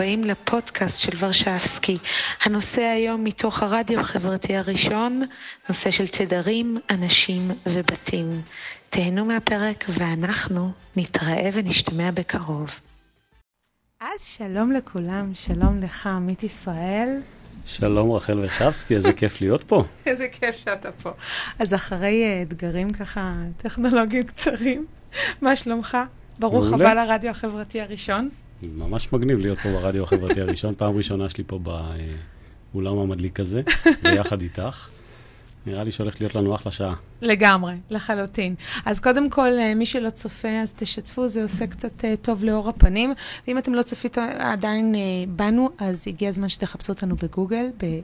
הבאים לפודקאסט של ורשבסקי. הנושא היום מתוך הרדיו החברתי הראשון, נושא של תדרים, אנשים ובתים. תהנו מהפרק ואנחנו נתראה ונשתמע בקרוב. אז שלום לכולם, שלום לך עמית ישראל. שלום רחל ורשבסקי, איזה כיף להיות פה. איזה כיף שאתה פה. אז אחרי אתגרים ככה טכנולוגיים קצרים, מה שלומך? ברוך הבא לרדיו החברתי הראשון. ממש מגניב להיות פה ברדיו החברתי הראשון. פעם ראשונה שלי פה באולם המדליק הזה, ביחד איתך. נראה לי שהולכת להיות לנו אחלה שעה. לגמרי, לחלוטין. אז קודם כל, מי שלא צופה, אז תשתפו, זה עושה קצת טוב לאור הפנים. ואם אתם לא צופית עדיין בנו, אז הגיע הזמן שתחפשו אותנו בגוגל,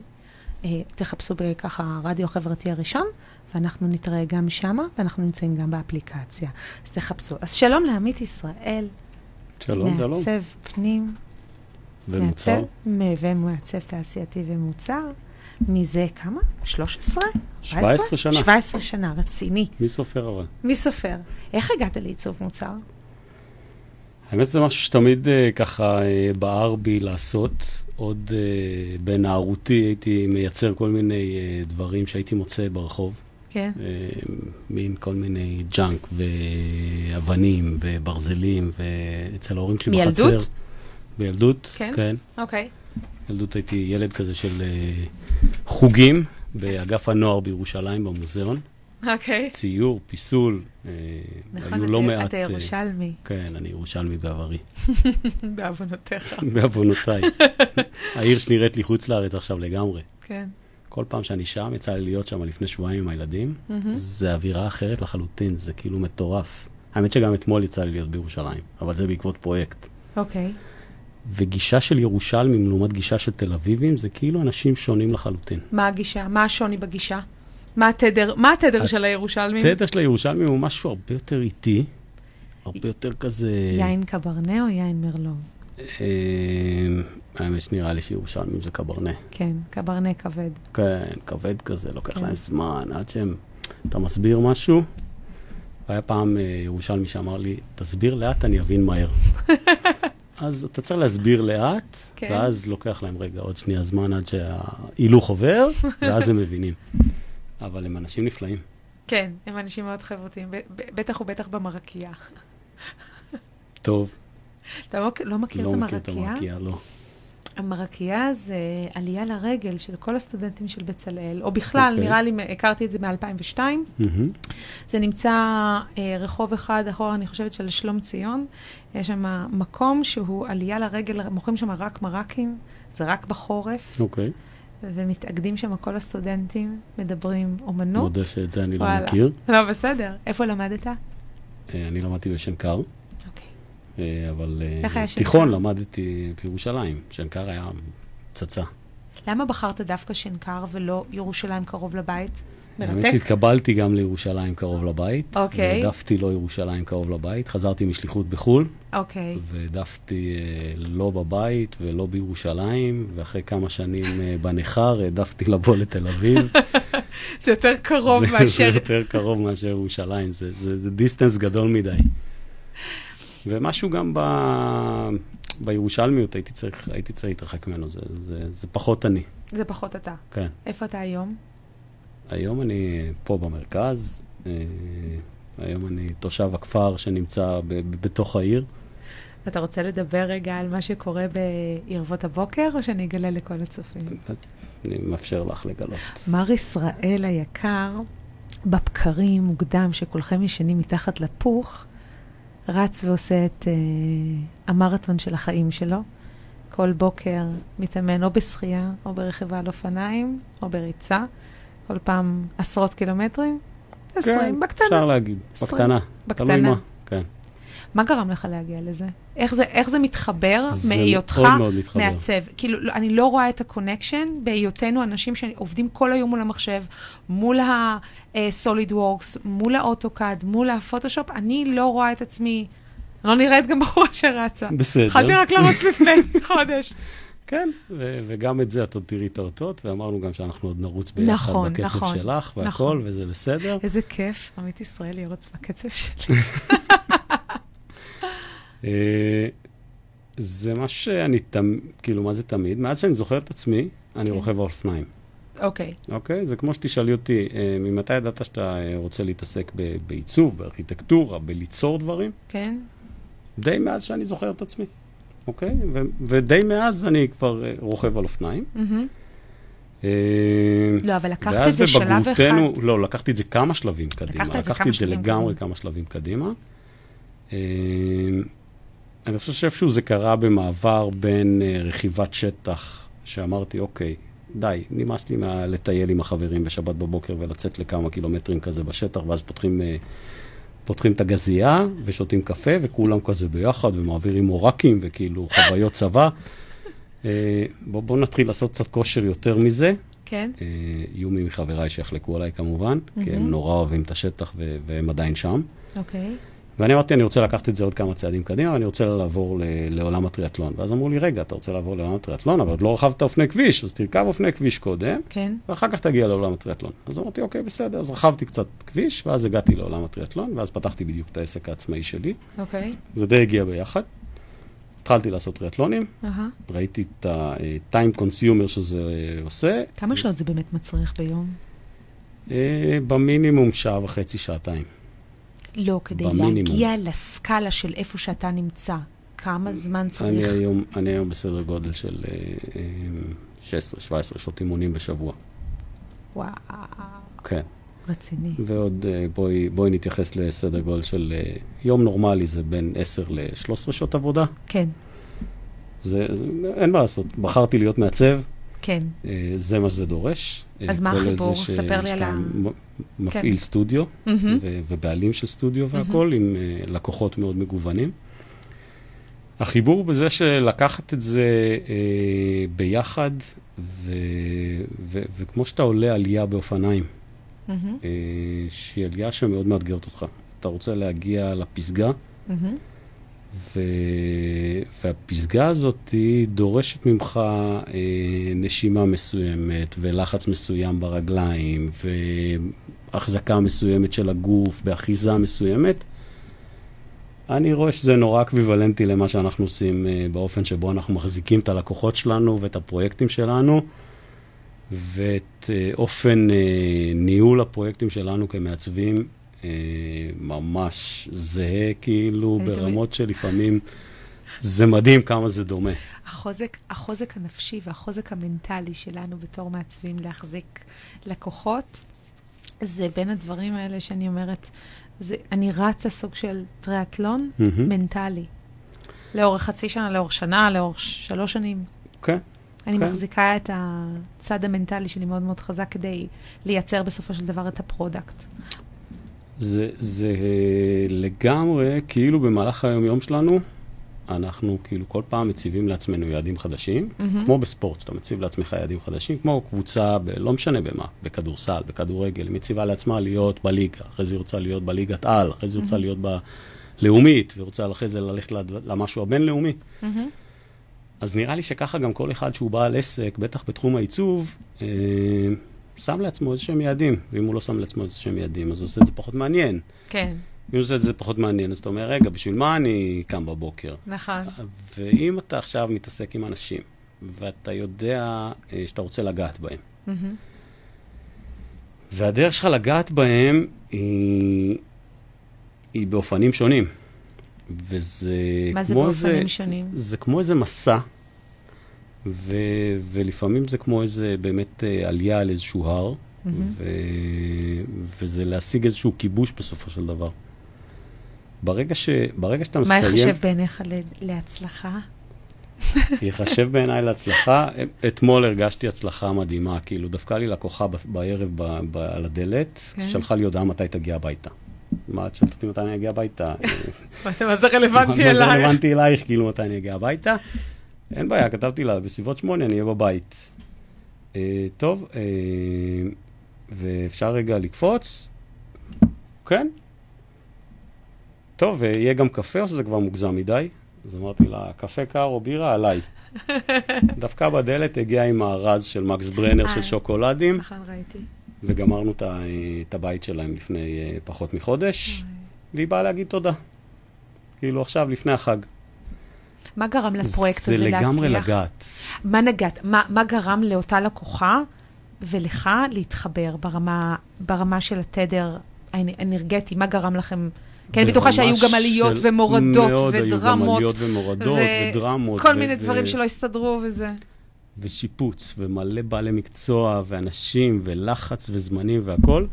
תחפשו בככה הרדיו החברתי הראשון, ואנחנו נתראה גם שמה, ואנחנו נמצאים גם באפליקציה. אז תחפשו. אז שלום לעמית ישראל. שלום, שלום. מעצב פנים. ומוצר. ומעצב תעשייתי ומוצר. מזה כמה? 13? 17 שנה. 17 שנה, רציני. מי סופר אבל? מי סופר? איך הגעת לעיצוב מוצר? האמת זה משהו שתמיד ככה בער בי לעשות. עוד בנערותי הייתי מייצר כל מיני דברים שהייתי מוצא ברחוב. כן. מין כל מיני ג'אנק ואבנים וברזלים, ואצל ההורים שלי בחצר. מילדות? בילדות, כן. כן. אוקיי. ילדות הייתי ילד כזה של חוגים באגף הנוער בירושלים במוזיאון. אוקיי. ציור, פיסול, היו לא מעט... אתה ירושלמי. כן, אני ירושלמי בעברי. בעוונותיך. בעוונותיי. העיר שנראית לי חוץ לארץ עכשיו לגמרי. כן. כל פעם שאני שם, יצא לי להיות שם לפני שבועיים עם הילדים, זה אווירה אחרת לחלוטין, זה כאילו מטורף. האמת שגם אתמול יצא לי להיות בירושלים, אבל זה בעקבות פרויקט. אוקיי. וגישה של ירושלמים לעומת גישה של תל אביבים, זה כאילו אנשים שונים לחלוטין. מה הגישה? מה השוני בגישה? מה התדר של הירושלמים? התדר של הירושלמים הוא משהו הרבה יותר איטי, הרבה יותר כזה... יין קברנה או יין מרלו? האמת שנראה לי שירושלמים זה קברנה. כן, קברנה כבד. כן, כבד כזה, לוקח להם זמן, עד שהם... אתה מסביר משהו, והיה פעם ירושלמי שאמר לי, תסביר לאט, אני אבין מהר. אז אתה צריך להסביר לאט, ואז לוקח להם רגע עוד שנייה זמן עד שההילוך עובר, ואז הם מבינים. אבל הם אנשים נפלאים. כן, הם אנשים מאוד חברותיים, בטח ובטח במרקייה. טוב. אתה לא מכיר את המרקייה? לא מכיר את המרקייה, לא. המרקייה זה עלייה לרגל של כל הסטודנטים של בצלאל, או בכלל, נראה לי, הכרתי את זה מ-2002. זה נמצא רחוב אחד אחורה, אני חושבת, של שלום ציון. יש שם מקום שהוא עלייה לרגל, מוכרים שם רק מרקים, זה רק בחורף. אוקיי. ומתאגדים שם כל הסטודנטים, מדברים אומנות. מודה שאת זה אני לא מכיר. לא, בסדר. איפה למדת? אני למדתי בשנקר. אבל תיכון למדתי בירושלים. שנקר היה פצצה. למה בחרת דווקא שנקר ולא ירושלים קרוב לבית? האמת שהתקבלתי גם לירושלים קרוב לבית. אוקיי. והעדפתי לא ירושלים קרוב לבית. חזרתי משליחות בחול. אוקיי. והעדפתי לא בבית ולא בירושלים. ואחרי כמה שנים בנחר העדפתי לבוא לתל אביב. זה יותר קרוב מאשר... זה יותר קרוב מאשר ירושלים. זה דיסטנס גדול מדי. ומשהו גם בירושלמיות הייתי צריך להתרחק ממנו, זה פחות אני. זה פחות אתה. כן. איפה אתה היום? היום אני פה במרכז, היום אני תושב הכפר שנמצא בתוך העיר. אתה רוצה לדבר רגע על מה שקורה בערבות הבוקר, או שאני אגלה לכל הצופים? אני מאפשר לך לגלות. מר ישראל היקר, בבקרים מוקדם שכולכם ישנים מתחת לפוך, רץ ועושה את המרתון של החיים שלו. כל בוקר מתאמן או בשחייה, או ברכיבה על אופניים, או בריצה. כל פעם עשרות קילומטרים. 20, כן, בקטנה. אפשר להגיד, 20, בקטנה. בקטנה. תלוי מה, כן. מה גרם לך להגיע לזה? איך זה מתחבר מהיותך מעצב? כאילו, אני לא רואה את הקונקשן בהיותנו אנשים שעובדים כל היום מול המחשב, מול ה-SolidWorks, מול האוטוקאד, מול הפוטושופ. אני לא רואה את עצמי, אני לא נראית גם בחורה שרצה. בסדר. התחלתי רק לרוץ לפני חודש. כן, וגם את זה את עוד תראי את האותות, ואמרנו גם שאנחנו עוד נרוץ ביחד בקצב שלך והכל, וזה בסדר. איזה כיף, עמית ישראל ירוץ בקצב שלי. זה מה שאני, כאילו, מה זה תמיד? מאז שאני זוכר את עצמי, אני רוכב על אופניים. אוקיי. אוקיי? זה כמו שתשאלי אותי, ממתי ידעת שאתה רוצה להתעסק בעיצוב, בארכיטקטורה, בליצור דברים? כן. די מאז שאני זוכר את עצמי. אוקיי? ודי מאז אני כבר רוכב על אופניים. לא, אבל לקחת את זה שלב אחד. לא, לקחתי את זה כמה שלבים קדימה. לקחתי את זה לגמרי כמה שלבים קדימה. אני חושב שאיפשהו זה קרה במעבר בין רכיבת שטח, שאמרתי, אוקיי, די, נמאס לי לטייל עם החברים בשבת בבוקר ולצאת לכמה קילומטרים כזה בשטח, ואז פותחים את הגזייה ושותים קפה, וכולם כזה ביחד, ומעבירים מורקים, וכאילו חוויות צבא. בואו נתחיל לעשות קצת כושר יותר מזה. כן. יהיו מי מחבריי שיחלקו עליי כמובן, כי הם נורא אוהבים את השטח והם עדיין שם. אוקיי. ואני אמרתי, אני רוצה לקחת את זה עוד כמה צעדים קדימה, ואני רוצה לעבור לעולם הטריאטלון. ואז אמרו לי, רגע, אתה רוצה לעבור לעולם הטריאטלון, אבל עוד לא רכבת אופני כביש, אז תרכב אופני כביש קודם, כן. ואחר כך תגיע לעולם הטריאטלון. אז אמרתי, אוקיי, בסדר, אז רכבתי קצת כביש, ואז הגעתי לעולם הטריאטלון, ואז פתחתי בדיוק את העסק העצמאי שלי. אוקיי. זה די הגיע ביחד. התחלתי לעשות טריאטלונים, ראיתי את ה-time consumer שזה עושה. כמה שעות זה באמת מצריך ביום? במינימום שעה וחצי, שעתיים. לא, כדי להגיע לסקאלה של איפה שאתה נמצא. כמה זמן צריך? אני היום בסדר גודל של 16-17 שעות אימונים בשבוע. וואו. כן. רציני. ועוד בואי נתייחס לסדר גודל של יום נורמלי, זה בין 10 ל-13 שעות עבודה. כן. אין מה לעשות. בחרתי להיות מעצב. כן. זה מה שזה דורש. אז מה החיבור? ספר לי על ה... מפעיל סטודיו, ובעלים של סטודיו והכל, עם לקוחות מאוד מגוונים. החיבור בזה שלקחת את זה ביחד, וכמו שאתה עולה עלייה באופניים, שהיא עלייה שמאוד מאתגרת אותך. אתה רוצה להגיע לפסגה, והפסגה הזאת היא דורשת ממך נשימה מסוימת, ולחץ מסוים ברגליים, והחזקה מסוימת של הגוף, באחיזה מסוימת. אני רואה שזה נורא אקוויוולנטי למה שאנחנו עושים באופן שבו אנחנו מחזיקים את הלקוחות שלנו ואת הפרויקטים שלנו, ואת אופן ניהול הפרויקטים שלנו כמעצבים, ממש זהה, כאילו ברמות שלפעמים זה מדהים כמה זה דומה. החוזק הנפשי והחוזק המנטלי שלנו בתור מעצבים להחזיק לקוחות, זה בין הדברים האלה שאני אומרת, אני רצה סוג של טריאטלון מנטלי. לאורך חצי שנה, לאורך שנה, לאורך 3 שנים. כן. אני מחזיקה את הצד המנטלי שלי מאוד מאוד חזק כדי לייצר בסופו של דבר את הפרודקט. זה לגמרי, כאילו במהלך היום-יום שלנו, אנחנו כאילו כל פעם מציבים לעצמנו יעדים חדשים, כמו בספורט, שאתה מציב לעצמך יעדים חדשים, כמו קבוצה, לא משנה במה, בכדורסל, בכדורגל, היא מציבה לעצמה להיות בליגה, אחרי זה היא רוצה להיות בליגת על, אחרי זה היא רוצה להיות בלאומית, ורוצה אחרי זה ללכת למשהו הבינלאומי. אז נראה לי שככה גם כל אחד שהוא בעל עסק, בטח בתחום העיצוב, שם לעצמו איזשהם יעדים, ואם הוא לא שם לעצמו איזשהם יעדים, אז הוא עושה את זה פחות מעניין. כן. אם הוא עושה את זה פחות מעניין, אז אתה אומר, רגע, בשביל מה אני קם בבוקר? נכון. ואם אתה עכשיו מתעסק עם אנשים, ואתה יודע שאתה רוצה לגעת בהם, והדרך שלך לגעת בהם היא באופנים שונים. וזה מה זה באופנים שונים? זה כמו איזה מסע, ולפעמים זה כמו איזה באמת עלייה על איזשהו הר, וזה להשיג איזשהו כיבוש בסופו של דבר. ברגע שאתה מסיים... מה יחשב בעיניך להצלחה? יחשב בעיניי להצלחה. אתמול הרגשתי הצלחה מדהימה, כאילו דווקא לי לקוחה בערב על הדלת, שלחה לי הודעה מתי תגיע הביתה. מה, את שואלת אותי מתי אני אגיע הביתה? מה זה רלוונטי אלייך? מה זה רלוונטי אלייך, כאילו מתי אני אגיע הביתה? אין בעיה, כתבתי לה, בסביבות 8 אני אהיה בבית. טוב, ואפשר רגע לקפוץ? כן. טוב, ויהיה גם קפה, או שזה כבר מוגזם מדי? אז אמרתי לה, קפה קר או בירה עליי. דווקא בדלת הגיע עם הארז של מקס ברנר של שוקולדים. נכון, ראיתי. וגמרנו את הבית שלהם לפני פחות מחודש, והיא באה להגיד תודה. כאילו עכשיו, לפני החג. מה גרם לפרויקט הזה זה להצליח? לגמרי לגעת. מה נגעת? מה גרם לאותה לקוחה ולך להתחבר ברמה של התדר האנרגטי? מה גרם לכם? כי אני בטוחה שהיו גם עליות ומורדות מאוד ודרמות. היו גם עליות ומורדות ודרמות. כל מיני דברים שלא הסתדרו וזה. ושיפוץ, ומלא בעלי מקצוע, ואנשים, ולחץ וזמנים והכל.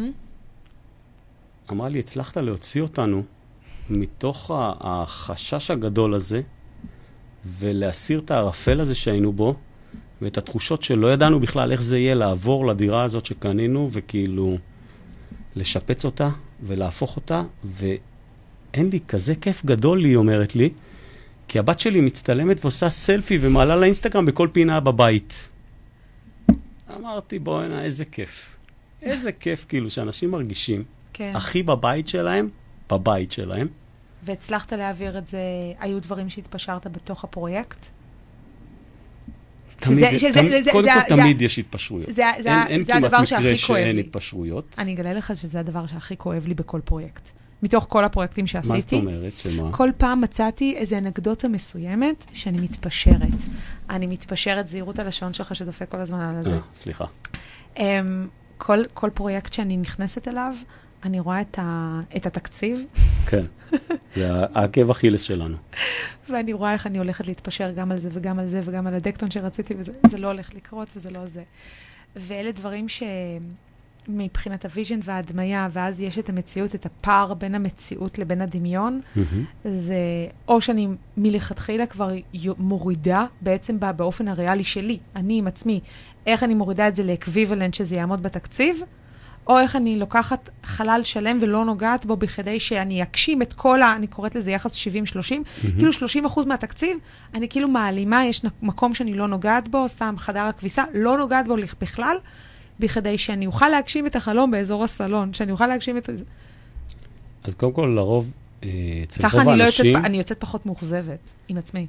אמרה לי, הצלחת להוציא אותנו מתוך החשש הגדול הזה, ולהסיר את הערפל הזה שהיינו בו, ואת התחושות שלא ידענו בכלל איך זה יהיה לעבור לדירה הזאת שקנינו, וכאילו לשפץ אותה ולהפוך אותה, ואין לי כזה כיף גדול, היא אומרת לי, כי הבת שלי מצטלמת ועושה סלפי ומעלה לאינסטגרם בכל פינה בבית. אמרתי, בואי הנה, איזה כיף. איזה כיף, כאילו, שאנשים מרגישים, הכי בבית שלהם. והצלחת להעביר את זה, היו דברים שהתפשרת בתוך הפרויקט? קודם כל תמיד יש התפשרויות. אין כמעט מקרה שאין התפשרויות. אני אגלה לך שזה הדבר שהכי כואב לי בכל פרויקט. מתוך כל הפרויקטים שעשיתי. מה זאת אומרת? שמה? כל פעם מצאתי איזו אנקדוטה מסוימת שאני מתפשרת. אני מתפשרת, זהירות הלשון שלך שדופק כל הזמן על זה. סליחה. כל פרויקט שאני נכנסת אליו, אני רואה את התקציב. כן, זה העקב אכילס שלנו. ואני רואה איך אני הולכת להתפשר גם על זה וגם על זה וגם על הדקטון שרציתי, וזה לא הולך לקרות וזה לא זה. ואלה דברים שמבחינת הוויז'ן וההדמיה, ואז יש את המציאות, את הפער בין המציאות לבין הדמיון, זה או שאני מלכתחילה כבר מורידה בעצם באופן הריאלי שלי, אני עם עצמי, איך אני מורידה את זה לאקוויוולנט שזה יעמוד בתקציב, או איך אני לוקחת חלל שלם ולא נוגעת בו בכדי שאני אקשים את כל אני קוראת לזה יחס 70-30, כאילו 30% מהתקציב, אני כאילו מעלימה, יש מקום שאני לא נוגעת בו, סתם חדר הכביסה, לא נוגעת בו בכלל, בכדי שאני אוכל להגשים את החלום באזור הסלון, שאני אוכל להגשים את זה. אז קודם כל, לרוב, אצל רוב האנשים... ככה אני יוצאת פחות מאוכזבת עם עצמי.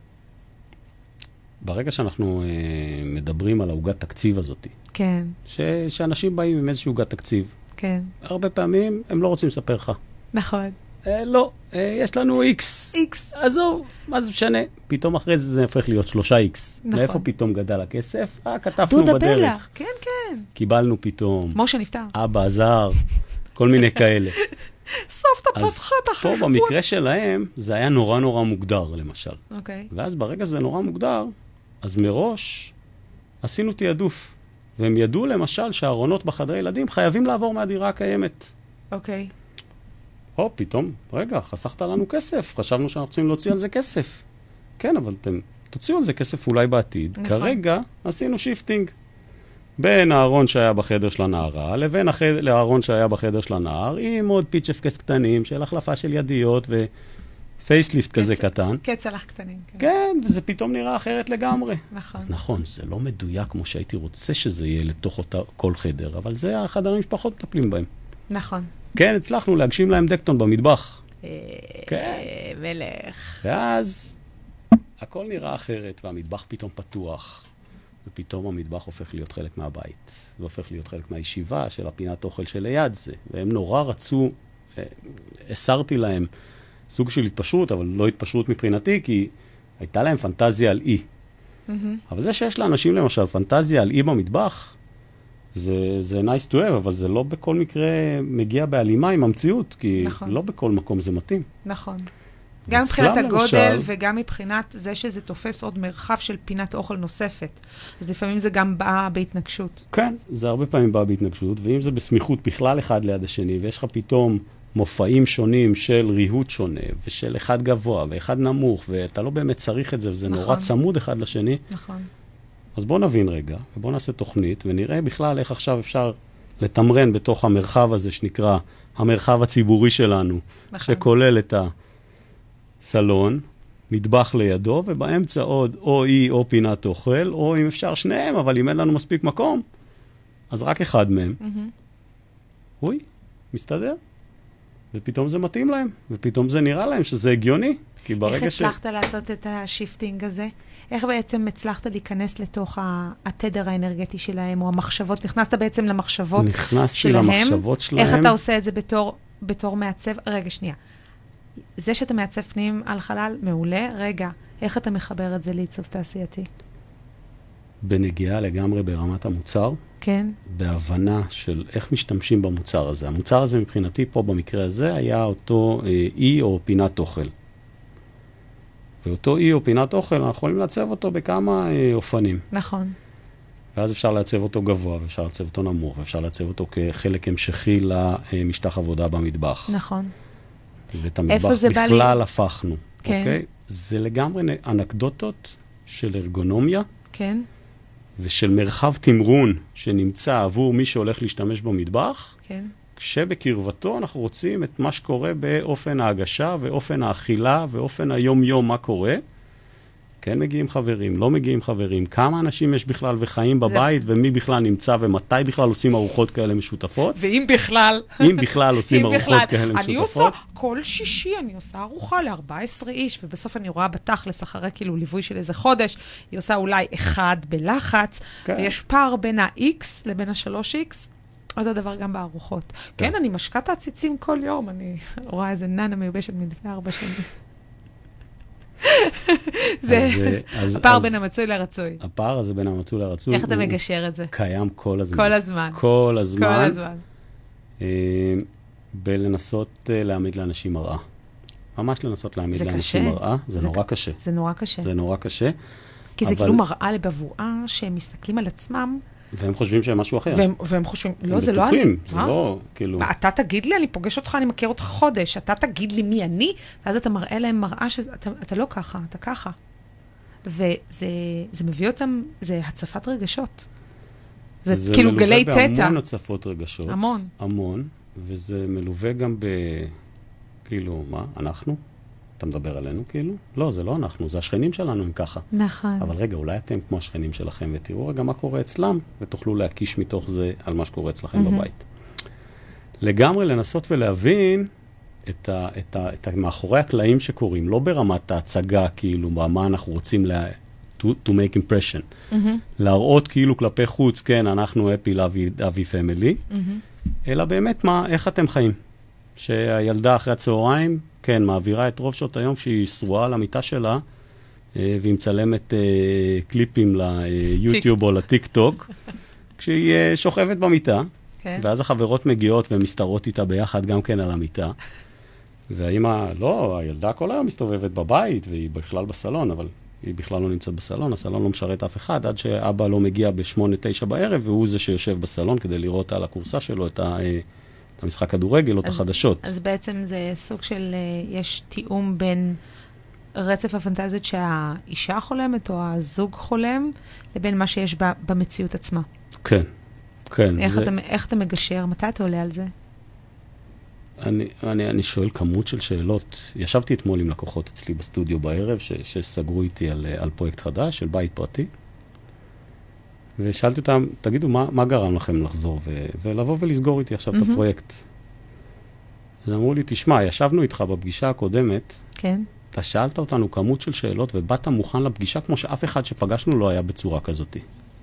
ברגע שאנחנו מדברים על העוגת תקציב הזאת, כן. שאנשים באים עם איזשהו עוגת תקציב. כן. הרבה פעמים הם לא רוצים לספר לך. נכון. לא, יש לנו X. עזוב, מה זה משנה? פתאום אחרי זה הופך להיות 3X. נכון. מאיפה פתאום גדל הכסף? כתפנו בדרך. דודה בלה, כן, כן. קיבלנו פתאום. משה נפטר. אבא עזר, כל מיני כאלה. סבתא פתחה את החיים. פה במקרה שלהם, זה היה נורא נורא מוגדר, למשל. אוקיי. ואז ברגע זה נורא מוגדר, אז מראש עשינו תיעדוף. והם ידעו למשל שהארונות בחדרי ילדים חייבים לעבור מהדירה הקיימת. אוקיי. פתאום, רגע, חסכת לנו כסף. חשבנו שאנחנו צריכים להוציא על זה כסף. כן, אבל אתם תוציאו על זה כסף אולי בעתיד. נכון. כרגע עשינו שיפטינג בין הארון שהיה בחדר של הנערה, לבין הארון שהיה בחדר של הנער, עם עוד פיצ'פקס קטנים של החלפה של ידיות פייסליפט כזה קטן. קצלח קטנים. כן, וזה פתאום נראה אחרת לגמרי. נכון. אז נכון, זה לא מדויק כמו שהייתי רוצה שזה יהיה לתוך כל חדר, אבל זה החדרים שפחות מטפלים בהם. נכון. כן, הצלחנו להגשים להם דקטון במטבח. כן. מלך. ואז הכל נראה אחרת, והמטבח פתאום פתוח, ופתאום המטבח הופך להיות חלק מהבית, והופך להיות חלק מהישיבה של הפינת אוכל שליד זה, והם נורא רצו, הסרתי להם, סוג של התפשרות, אבל לא התפשרות מבחינתי, כי הייתה להם פנטזיה על אי. אבל זה שיש לאנשים למשל פנטזיה על אי במטבח, זה nice to have, אבל זה לא בכל מקרה מגיע בהלימה עם המציאות, כי לא בכל מקום זה מתאים. נכון. גם מבחינת הגודל וגם מבחינת זה שזה תופס עוד מרחב של פינת אוכל נוספת. אז לפעמים זה גם בא בהתנגשות. כן, זה הרבה פעמים בא בהתנגשות, ואם זה בסמיכות בכלל אחד ליד השני, ויש לך פתאום מופעים שונים של ריהוט שונה, ושל אחד גבוה ואחד נמוך, ואתה לא באמת צריך את זה, וזה נורא צמוד אחד לשני. נכון. אז בוא נבין רגע, ובוא נעשה תוכנית, ונראה בכלל איך עכשיו אפשר לתמרן בתוך המרחב הזה, שנקרא המרחב הציבורי שלנו, שכולל את הסלון, מטבח לידו, ובאמצע עוד או אי או פינת אוכל, או אם אפשר שניהם, אבל אם אין לנו מספיק מקום, אז רק אחד מהם. אוי, מסתדר. ופתאום זה מתאים להם, ופתאום זה נראה להם שזה הגיוני, כי ברגע איך הצלחת לעשות את השיפטינג הזה? איך בעצם הצלחת להיכנס לתוך התדר האנרגטי שלהם, או המחשבות? נכנסת בעצם למחשבות שלהם? נכנסתי למחשבות שלהם. איך אתה עושה את זה בתור מעצב? רגע, שנייה. זה שאתה מעצב פנים על חלל, מעולה. רגע, איך אתה מחבר את זה לעיצוב תעשייתי? בנגיעה לגמרי ברמת המוצר, כן. בהבנה של איך משתמשים במוצר הזה. המוצר הזה מבחינתי פה במקרה הזה היה אותו אי או פינת אוכל. ואותו אי או פינת אוכל, אנחנו יכולים לעצב אותו בכמה אופנים. נכון. ואז אפשר לעצב אותו גבוה, ואפשר לעצב אותו נמוך, ואפשר לעצב אותו כחלק המשכי למשטח עבודה במטבח. נכון. ואת המטבח בכלל הפכנו. כן. אוקיי? זה לגמרי אנקדוטות של ארגונומיה, כן. ושל מרחב תמרון שנמצא עבור מי שהולך להשתמש במטבח, כן. כשבקרבתו אנחנו רוצים את מה שקורה באופן ההגשה ואופן האכילה ואופן היום-יום מה קורה. כן מגיעים חברים, לא מגיעים חברים, כמה אנשים יש בכלל וחיים בבית, ומי בכלל נמצא ומתי בכלל עושים ארוחות כאלה משותפות. ואם בכלל. אם בכלל עושים ארוחות כאלה משותפות. אני עושה, כל שישי אני עושה ארוחה ל-14 איש, ובסוף אני רואה בתכלס אחרי כאילו ליווי של איזה חודש, היא עושה אולי אחד בלחץ, ויש פער בין ה-X לבין ה-3X, אותו דבר גם בארוחות. כן, אני משקעת עציצים כל יום, אני רואה איזה ננה מיובשת מלפני 4 שנים. זה הפער בין המצוי לרצוי. הפער הזה בין המצוי לרצוי. איך אתה מגשר את זה? קיים כל הזמן. כל הזמן. כל הזמן. כל הזמן. בלנסות להעמיד לאנשים מראה. ממש לנסות להעמיד לאנשים מראה. זה נורא קשה. זה נורא קשה. זה נורא קשה. כי זה כאילו מראה לבבואה שהם מסתכלים על עצמם. והם חושבים שהם משהו אחר. והם חושבים, לא, זה לא אני. הם בטוחים, זה לא, כאילו... אתה תגיד לי, אני פוגש אותך, אני מכיר אותך חודש, אתה תגיד לי מי אני, ואז אתה מראה להם מראה שאתה לא ככה, אתה ככה. וזה מביא אותם, זה הצפת רגשות. זה כאילו גלי תטא. זה מלווה בהמון הצפות רגשות. המון. המון, וזה מלווה גם כאילו, מה, אנחנו? אתה מדבר עלינו כאילו? לא, זה לא אנחנו, זה השכנים שלנו הם ככה. נכון. אבל רגע, אולי אתם כמו השכנים שלכם, ותראו רגע מה קורה אצלם, ותוכלו להקיש מתוך זה על מה שקורה אצלכם בבית. לגמרי לנסות ולהבין את מאחורי הקלעים שקורים, לא ברמת ההצגה, כאילו, מה אנחנו רוצים to make impression. להראות כאילו כלפי חוץ, כן, אנחנו happy, lovey family, אלא באמת איך אתם חיים. שהילדה אחרי הצהריים, כן, מעבירה את רוב שעות היום כשהיא שרועה על המיטה שלה, והיא מצלמת קליפים ליוטיוב או לטיק טוק, כשהיא שוכבת במיטה, ואז החברות מגיעות והן מסתרות איתה ביחד גם כן על המיטה. והאמא, לא, הילדה כל היום מסתובבת בבית, והיא בכלל בסלון, אבל היא בכלל לא נמצאת בסלון, הסלון לא משרת אף אחד, עד שאבא לא מגיע ב8-9 בערב, והוא זה שיושב בסלון כדי לראות על הקורסה שלו את המשחק כדורגל או את החדשות. אז בעצם זה סוג של, יש תיאום בין רצף הפנטזיות שהאישה חולמת או הזוג חולם, לבין מה שיש במציאות עצמה. כן, כן. איך אתה מגשר? מתי אתה עולה על זה? אני שואל כמות של שאלות. ישבתי אתמול עם לקוחות אצלי בסטודיו בערב, שסגרו איתי על פרויקט חדש, של בית פרטי. ושאלתי אותם, תגידו, מה גרם לכם לחזור ולבוא ולסגור איתי עכשיו את הפרויקט? אז אמרו לי, תשמע, ישבנו איתך בפגישה הקודמת, כן. אתה שאלת אותנו כמות של שאלות ובאת מוכן לפגישה כמו שאף אחד שפגשנו לא היה בצורה כזאת.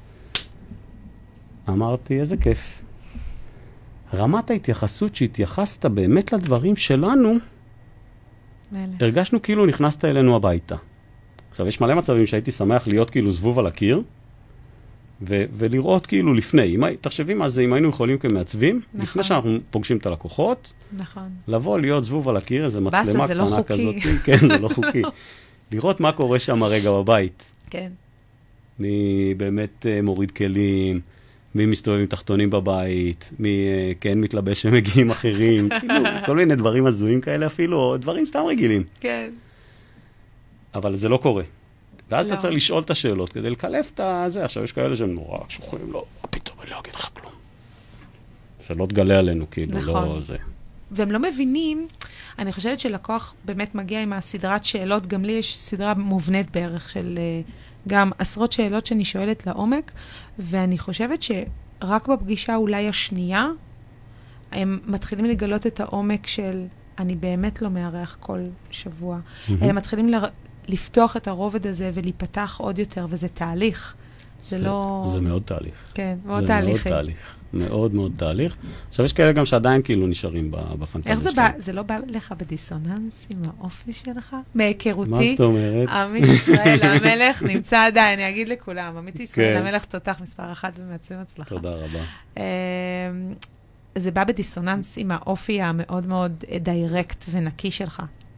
אמרתי, איזה כיף. רמת ההתייחסות שהתייחסת באמת לדברים שלנו, הרגשנו כאילו נכנסת אלינו הביתה. עכשיו, יש מלא מצבים שהייתי שמח להיות כאילו זבוב על הקיר, ולראות כאילו לפני. תחשבי מה זה, אם היינו יכולים כמעצבים, לפני שאנחנו פוגשים את הלקוחות, לבוא להיות זבוב על הקיר, איזו מצלמה קטנה כזאת. כן, זה לא חוקי. לראות מה קורה שם הרגע בבית. כן. מי באמת מוריד כלים, מי מסתובב עם תחתונים בבית, מי כן מתלבש שמגיעים אחרים, כאילו, כל מיני דברים הזויים כאלה אפילו, או דברים סתם רגילים. כן. אבל זה לא קורה. ואז אתה צריך לשאול את השאלות כדי לקלף את זה. עכשיו יש כאלה שהם נורא שוכרים, לא, פתאום אני לא אגיד לך כלום. שלא תגלה עלינו, כאילו, לא זה. והם לא מבינים, אני חושבת שלקוח באמת מגיע עם הסדרת שאלות, גם לי יש סדרה מובנית בערך של גם עשרות שאלות שאני שואלת לעומק, ואני חושבת שרק בפגישה אולי השנייה, הם מתחילים לגלות את העומק של אני באמת לא מארח כל שבוע, אלא מתחילים לפתוח את הרובד הזה ולהיפתח עוד יותר, וזה תהליך. זה לא... זה מאוד תהליך. כן, מאוד תהליכי. זה מאוד תהליך. מאוד מאוד תהליך. עכשיו, יש כאלה גם שעדיין כאילו נשארים בפנטזיה שלהם. איך זה בא? זה לא בא לך בדיסוננס עם האופי שלך? מהיכרותי. מה זאת אומרת? עמית ישראל המלך נמצא עדיין, אני אגיד לכולם, עמית ישראל המלך תותח מספר 1 ומעצבים הצלחה. תודה רבה. זה בא בדיסוננס עם האופי המאוד מאוד דיירקט ונקי שלך.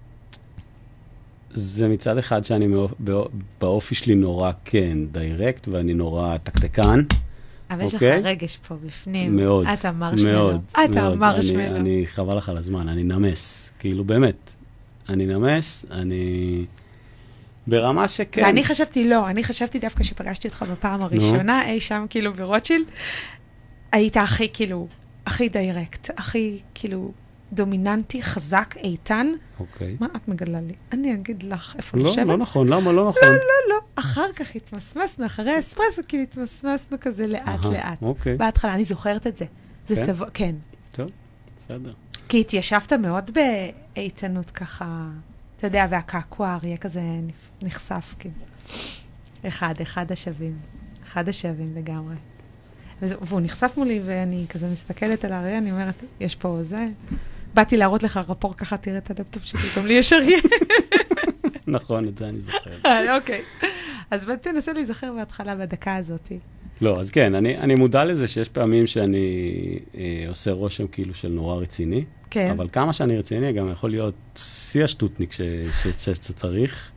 זה מצד אחד שאני באופי שלי נורא כן דיירקט, ואני נורא תקתקן. אבל יש לך רגש פה בפנים. מאוד, אתה מרשמלו. מאוד. אתה מרשמלו. אני חבל לך על הזמן, אני נמס. כאילו באמת, אני נמס, אני... ברמה שכן. ואני חשבתי לא, אני חשבתי דווקא שפגשתי אותך בפעם הראשונה, אי שם כאילו ברוטשילד, היית הכי כאילו, הכי דיירקט, הכי כאילו דומיננטי, חזק, איתן. אוקיי. מה את מגלה לי? אני אגיד לך איפה לשבת. לא נכון, למה לא נכון? לא. אחר כך התמסמסנו, אחרי האספרסו, כאילו התמסמסנו כזה לאט לאט. אוקיי. בהתחלה, אני זוכרת את זה. זה תבוא, כן. טוב, בסדר. כי התיישבת מאוד באיתנות ככה, אתה יודע, והקעקוע אריה כזה נחשף, כאילו. אחד השווים לגמרי. והוא נחשף מולי, ואני כזה מסתכלת על האריה, אני אומרת, יש פה זה. באתי להראות לך רפור, ככה תראה את הלפטופ שלי, גם לי יש אריה. נכון, את זה אני זוכרת. אוקיי. אז תנסה להיזכר בהתחלה בדקה הזאת. לא, אז כן, אני מודע לזה שיש פעמים שאני עושה רושם כאילו של נורא רציני. כן. אבל כמה שאני רציני, גם יכול להיות שיא השטוטניק שצריך.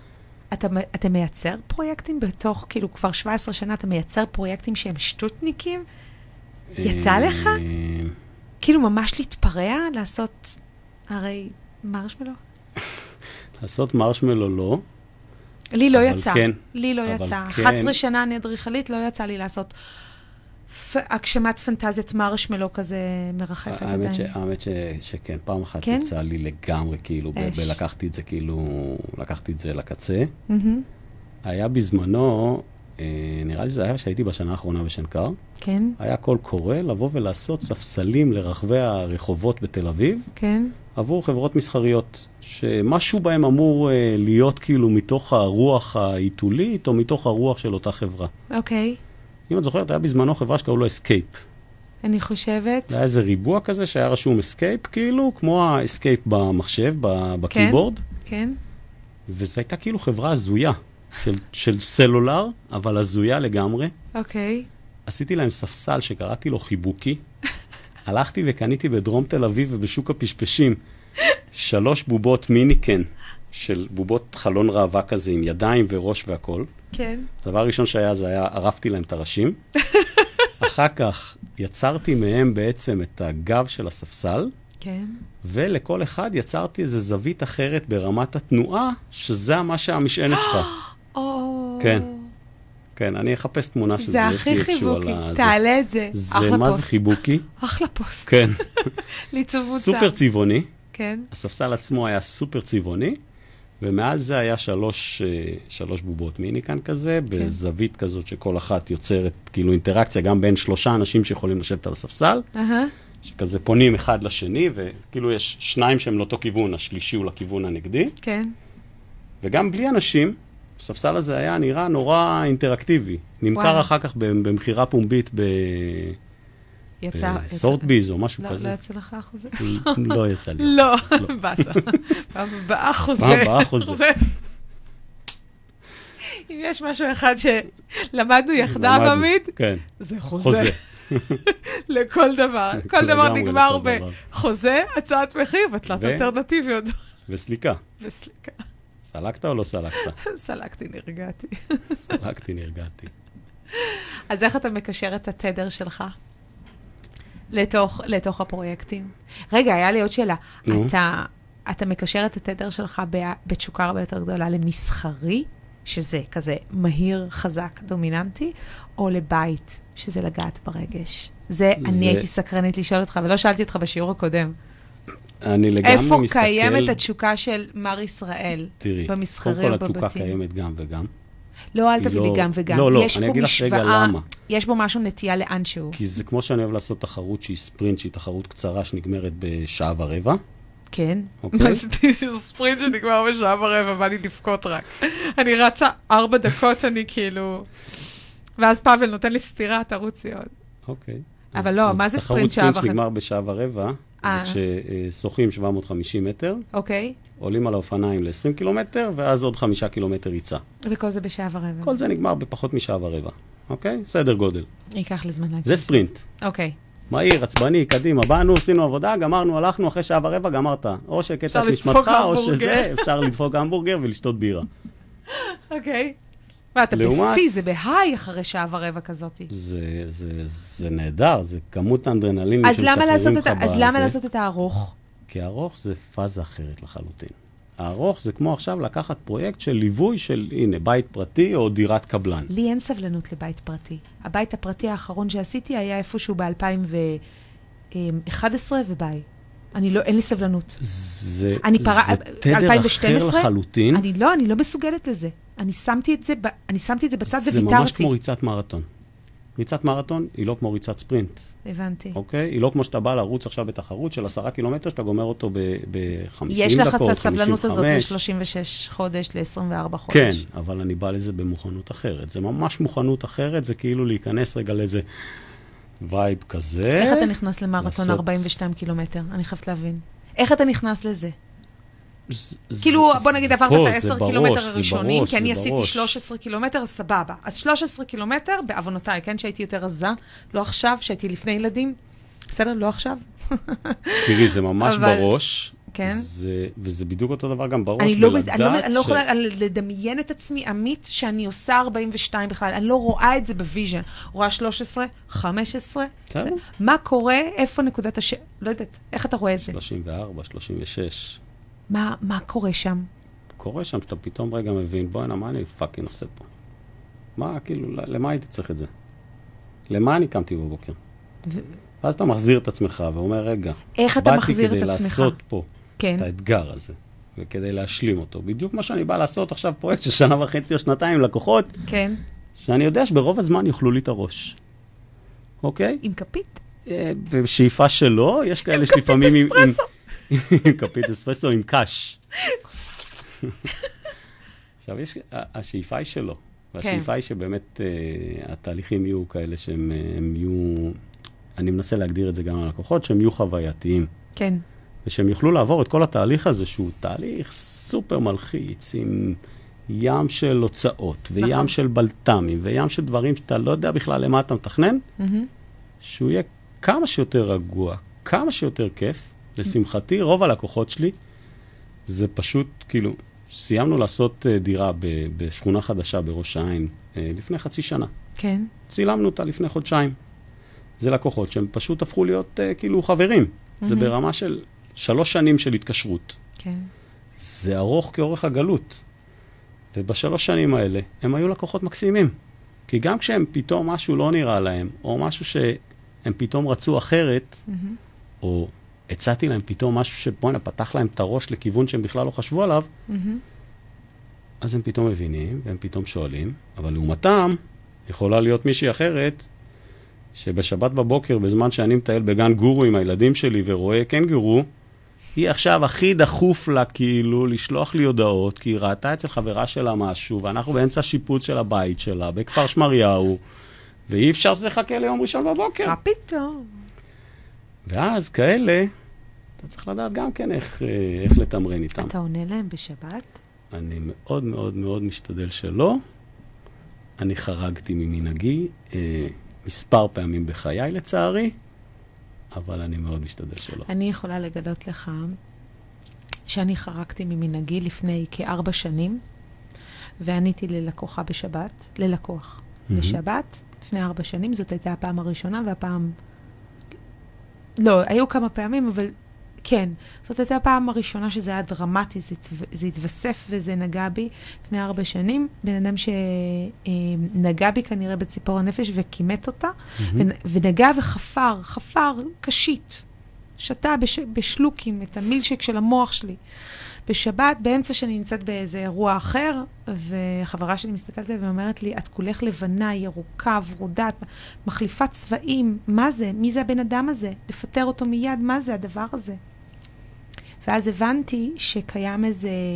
אתה מייצר פרויקטים בתוך, כאילו כבר 17 שנה, אתה מייצר פרויקטים שהם שטוטניקים? יצא לך? כאילו ממש להתפרע, לעשות, הרי מרשמלו? לעשות מרשמלו לא. לי לא יצא. כן. לי לא יצא. 11 שנה אני אדריכלית, לא יצא לי לעשות הגשמת פנטזיית מרשמלו כזה מרחפת עדיין. האמת שכן, פעם אחת יצא לי לגמרי, כאילו, ולקחתי את זה כאילו, לקחתי את זה לקצה. היה בזמנו, נראה לי זה היה שהייתי בשנה האחרונה בשנקר. כן. היה קול קורא לבוא ולעשות ספסלים לרחבי הרחובות בתל אביב. כן. עבור חברות מסחריות, שמשהו בהם אמור להיות כאילו מתוך הרוח העיתולית, או מתוך הרוח של אותה חברה. אוקיי. אם את זוכרת, היה בזמנו חברה שקראו לו אסקייפ. אני חושבת. היה איזה ריבוע כזה שהיה רשום אסקייפ, כאילו, כמו האסקייפ במחשב, בקיבורד. כן. וזו הייתה כאילו חברה הזויה, של סלולר, אבל הזויה לגמרי. אוקיי. עשיתי להם ספסל שקראתי לו חיבוקי. הלכתי וקניתי בדרום תל אביב ובשוק הפשפשים 3 בובות מיניקן, של בובות חלון ראווה כזה, עם ידיים וראש והכל. כן. הדבר הראשון שהיה, זה היה, ערפתי להם את הראשים. אחר כך יצרתי מהם בעצם את הגב של הספסל. כן. ולכל אחד יצרתי איזו זווית אחרת ברמת התנועה, שזה מה שהמשענת שלך. כן. כן, אני אחפש תמונה של זה. זה הכי חיבוקי. תעלה את זה. זה מה זה חיבוקי? אחלה פוסט. כן. לעיצוב מוצר. סופר צבעוני. כן. הספסל עצמו היה סופר צבעוני, ומעל זה היה 3 בובות מיני כאן כזה, בזווית כזאת שכל אחת יוצרת כאילו אינטראקציה, גם בין 3 אנשים שיכולים לשבת על הספסל, שכזה פונים אחד לשני, וכאילו יש 2 שהם לאותו כיוון, השלישי הוא לכיוון הנגדי. כן. וגם בלי אנשים, הספסל הזה היה נראה נורא אינטראקטיבי. נמכר אחר כך במחירה פומבית בסורטביז או משהו כזה. לא יצא לך אחוזה? לא יצא לי. לא, בסה. פעם הבאה חוזה. פעם הבאה חוזה. אם יש משהו אחד שלמדנו יחדיו עמית, זה חוזה. לכל דבר. כל דבר נגמר בחוזה, הצעת מחיר ותלת אלטרנטיביות. וסליקה. סלקת או לא סלקת? סלקתי, נרגעתי. נרגעתי. אז איך אתה מקשר את התדר שלך לתוך הפרויקטים? רגע, היה לי עוד שאלה. אתה מקשר את התדר שלך בתשוקה הרבה יותר גדולה למסחרי, שזה כזה מהיר, חזק, דומיננטי, או לבית, שזה לגעת ברגש? אני הייתי סקרנית לשאול אותך, ולא שאלתי אותך בשיעור הקודם. אני לגמרי מסתכל... איפה קיימת התשוקה של מר ישראל? תראי, במסחרי או בבתים? קודם כל התשוקה קיימת גם וגם. לא, אל תביא לי גם וגם. לא, אני אגיד לך רגע למה. יש בו משהו נטייה לאנשהו. כי זה כמו שאני אוהב לעשות תחרות שהיא ספרינט, שהיא תחרות קצרה שנגמרת בשעה ורבע. כן. מה זה ספרינט שנגמר בשעה ורבע, בא לי לפקוט רק. אני רצה 4 דקות, אני כאילו... ואז פאבל נותן לי סתירה, תרוצי עוד. אוקיי. אבל לא, מה זה ספרינט שעה וחצי? תחרות ספרינט שנגמר בשעה ורבע, זה כששוחים 750 מטר, אוקיי. עולים על האופניים ל-20 קילומטר, ואז עוד 5 קילומטר ריצה. וכל זה בשעה ורבע. כל זה נגמר בפחות משעה ורבע, אוקיי? סדר גודל. ייקח לזמן להגיד. זה ספרינט. אוקיי. מהיר, עצבני, קדימה, באנו, עשינו עבודה, גמרנו, הלכנו, אחרי שעה ורבע, גמרת. או שקטע את נשמתך, או שזה, אפשר לדפוק המבורגר ולשתות בירה. אוקיי. ואתה בשיא, זה בהיי אחרי שעה ורבע כזאת. זה נהדר, זה כמות האנדרנלין שמשתחררים לך בזה. אז למה לעשות את הארוך? כי הארוך זה פאזה אחרת לחלוטין. הארוך זה כמו עכשיו לקחת פרויקט של ליווי של, הנה, בית פרטי או דירת קבלן. לי אין סבלנות לבית פרטי. הבית הפרטי האחרון שעשיתי היה איפשהו ב-2011 וביי. אין לי סבלנות. זה תדר אחר לחלוטין. אני לא מסוגלת לזה. אני שמתי את זה בצד וויתרתי. זה ממש כמו ריצת מרתון. ריצת מרתון היא לא כמו ריצת ספרינט. הבנתי. אוקיי? היא לא כמו שאתה בא לרוץ עכשיו בתחרות של 10 קילומטר, שאתה גומר אותו ב-50 דקות, 55. יש לך את הסבלנות הזאת ל-36 חודש, ל-24 חודש. כן, אבל אני בא לזה במוכנות אחרת. זה ממש מוכנות אחרת, זה כאילו להיכנס רגע לאיזה וייב כזה. איך אתה נכנס למרתון 42 קילומטר? אני חייבת להבין. איך אתה נכנס לזה? כאילו, בוא נגיד, עברת את ה-10 קילומטר הראשונים, כי אני עשיתי 13 קילומטר, סבבה. אז 13 קילומטר, בעוונותיי, כן, שהייתי יותר עזה, לא עכשיו, שהייתי לפני ילדים. בסדר, לא עכשיו. תראי, זה ממש בראש. כן. וזה בדיוק אותו דבר גם בראש. אני לא יכולה לדמיין את עצמי עמית שאני עושה 42 בכלל. אני לא רואה את זה בוויז'ן. רואה 13, 15. מה קורה? איפה נקודת לא יודעת. איך אתה רואה את זה? 34, 36. מה קורה שם? קורה שם שאתה פתאום רגע מבין, בואי, מה אני פאקינג עושה פה? מה, כאילו, למה הייתי צריך את זה? למה אני קמתי בבוקר? ואז אתה מחזיר את עצמך ואומר, רגע, איך אתה מחזיר את עצמך? באתי כדי לעשות פה את האתגר הזה, וכדי להשלים אותו. בדיוק מה שאני בא לעשות עכשיו פרויקט של 1.5 או 2 עם לקוחות, כן. שאני יודע שברוב הזמן יאכלו לי את הראש. אוקיי? עם כפית? בשאיפה שלא, יש כאלה שלפעמים עם כפית אספרסו, עם קש. עכשיו, השאיפה היא שלו. והשאיפה היא שבאמת התהליכים יהיו כאלה שהם יהיו, אני מנסה להגדיר את זה גם ללקוחות, שהם יהיו חווייתיים. כן. ושהם יוכלו לעבור את כל התהליך הזה, שהוא תהליך סופר מלחיץ, עם ים של הוצאות, וים של בלטמים, וים של דברים שאתה לא יודע בכלל למה אתה מתכנן, שהוא יהיה כמה שיותר רגוע, כמה שיותר כיף. לשמחתי, רוב הלקוחות שלי, זה פשוט, כאילו, סיימנו לעשות דירה בשכונה חדשה בראש העין, לפני חצי שנה. כן. צילמנו אותה לפני חודשיים. זה לקוחות שהם פשוט הפכו להיות, כאילו, חברים. זה ברמה של 3 שנים של התקשרות. כן. זה ארוך כאורך הגלות. וב3 שנים האלה, הם היו לקוחות מקסימים. כי גם כשהם פתאום משהו לא נראה להם, או משהו שהם פתאום רצו אחרת, או הצעתי להם פתאום משהו שבואנה פתח להם את הראש לכיוון שהם בכלל לא חשבו עליו, אז הם פתאום מבינים, והם פתאום שואלים, אבל לעומתם, יכולה להיות מישהי אחרת, שבשבת בבוקר, בזמן שאני מטייל בגן גורו עם הילדים שלי ורואה קנגורו, היא עכשיו הכי דחוף לה כאילו לשלוח לי הודעות, כי היא ראתה אצל חברה שלה משהו, ואנחנו באמצע שיפוץ של הבית שלה, בכפר שמריהו, ואי אפשר שזה חכה ליום ראשון בבוקר. מה פתאום? ואז כאלה, אתה צריך לדעת גם כן איך לתמרן איתם. אתה עונה להם בשבת? אני מאוד מאוד מאוד משתדל שלא. אני חרגתי ממנהגי מספר פעמים בחיי לצערי, אבל אני מאוד משתדל שלא. אני יכולה לגלות לך שאני חרגתי ממנהגי לפני כ4 שנים, ועניתי ללקוחה בשבת, ללקוח בשבת, לפני 4 שנים, זאת הייתה הפעם הראשונה, והפעם לא, היו כמה פעמים, אבל כן. זאת הייתה הפעם הראשונה שזה היה דרמטי, זה התווסף וזה נגע בי לפני 4 שנים. בן אדם שנגע בי כנראה בציפור הנפש וכימת אותה, ונגע חפר קשית. שתה בשלוקים את המילשק של המוח שלי. בשבת, באמצע שאני נמצאת באיזה אירוע אחר, וחברה שלי מסתכלת עליה ואומרת לי, את כולך לבנה, ירוקה, ורודה, מחליפת צבעים, מה זה? מי זה הבן אדם הזה? לפטר אותו מיד, מה זה הדבר הזה? ואז הבנתי שקיים איזה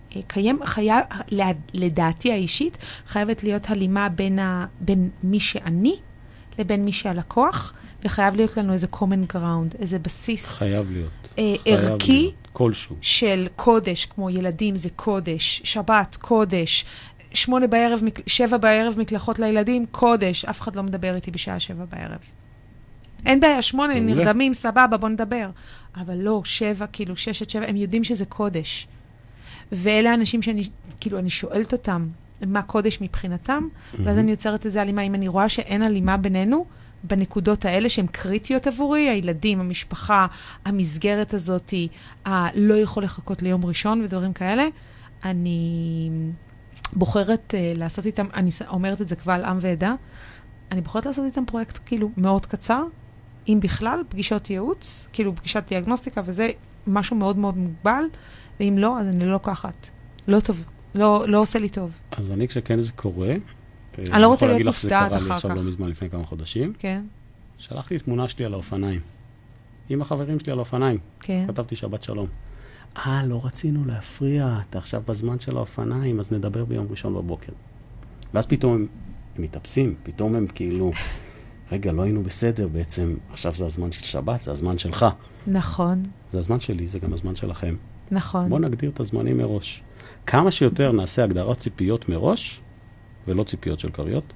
לדעתי האישית, חייבת להיות הלימה בין מי שאני לבין מי שהלקוח, וחייב להיות לנו איזה common ground, איזה בסיס. חייב להיות. ערכי. כלשהו. של קודש, כמו ילדים זה קודש, שבת, קודש, 7 בערב מקלחות לילדים, קודש. אף אחד לא מדבר איתי בשעה 7 בערב. אין בעיה, 8 נרדמים, סבבה, בוא נדבר. אבל לא, 7, כאילו 6 עד 7, הם יודעים שזה קודש. ואלה האנשים שאני, כאילו, אני שואלת אותם, מה קודש מבחינתם, ואז אני יוצרת איזה הלימה. אם אני רואה שאין הלימה בינינו, בנקודות האלה שהן קריטיות עבורי, הילדים, המשפחה, המסגרת הזאת, לא יכול לחכות ליום ראשון ודברים כאלה, אני בוחרת לעשות איתם, אני אומרת את זה קבל עם ועדה, אני בוחרת לעשות איתם פרויקט כאילו מאוד קצר, אם בכלל, פגישות ייעוץ, כאילו פגישת דיאגנוסטיקה, וזה משהו מאוד מאוד מוגבל, ואם לא, אז אני לא לוקחת. לא טוב, לא עושה לי טוב. אז אני כשכן זה קורה, אני לא רוצה להיות מופתעת אחר כך. זה קרה לי עכשיו לא מזמן, לפני כמה חודשים. כן. שלחתי תמונה שלי על האופניים. עם החברים שלי על האופניים. כן. כתבתי שבת שלום. לא רצינו להפריע, אתה עכשיו בזמן של האופניים, אז נדבר ביום ראשון בבוקר. ואז פתאום הם מתאפסים, פתאום הם כאילו, רגע, לא היינו בסדר בעצם, עכשיו זה הזמן של שבת, זה הזמן שלך. נכון. זה הזמן שלי, זה גם הזמן שלכם. נכון. בואו נגדיר את הזמנים מראש. כמה שיותר נעשה הגדרת ציפיות מראש, ולא ציפיות של קריות,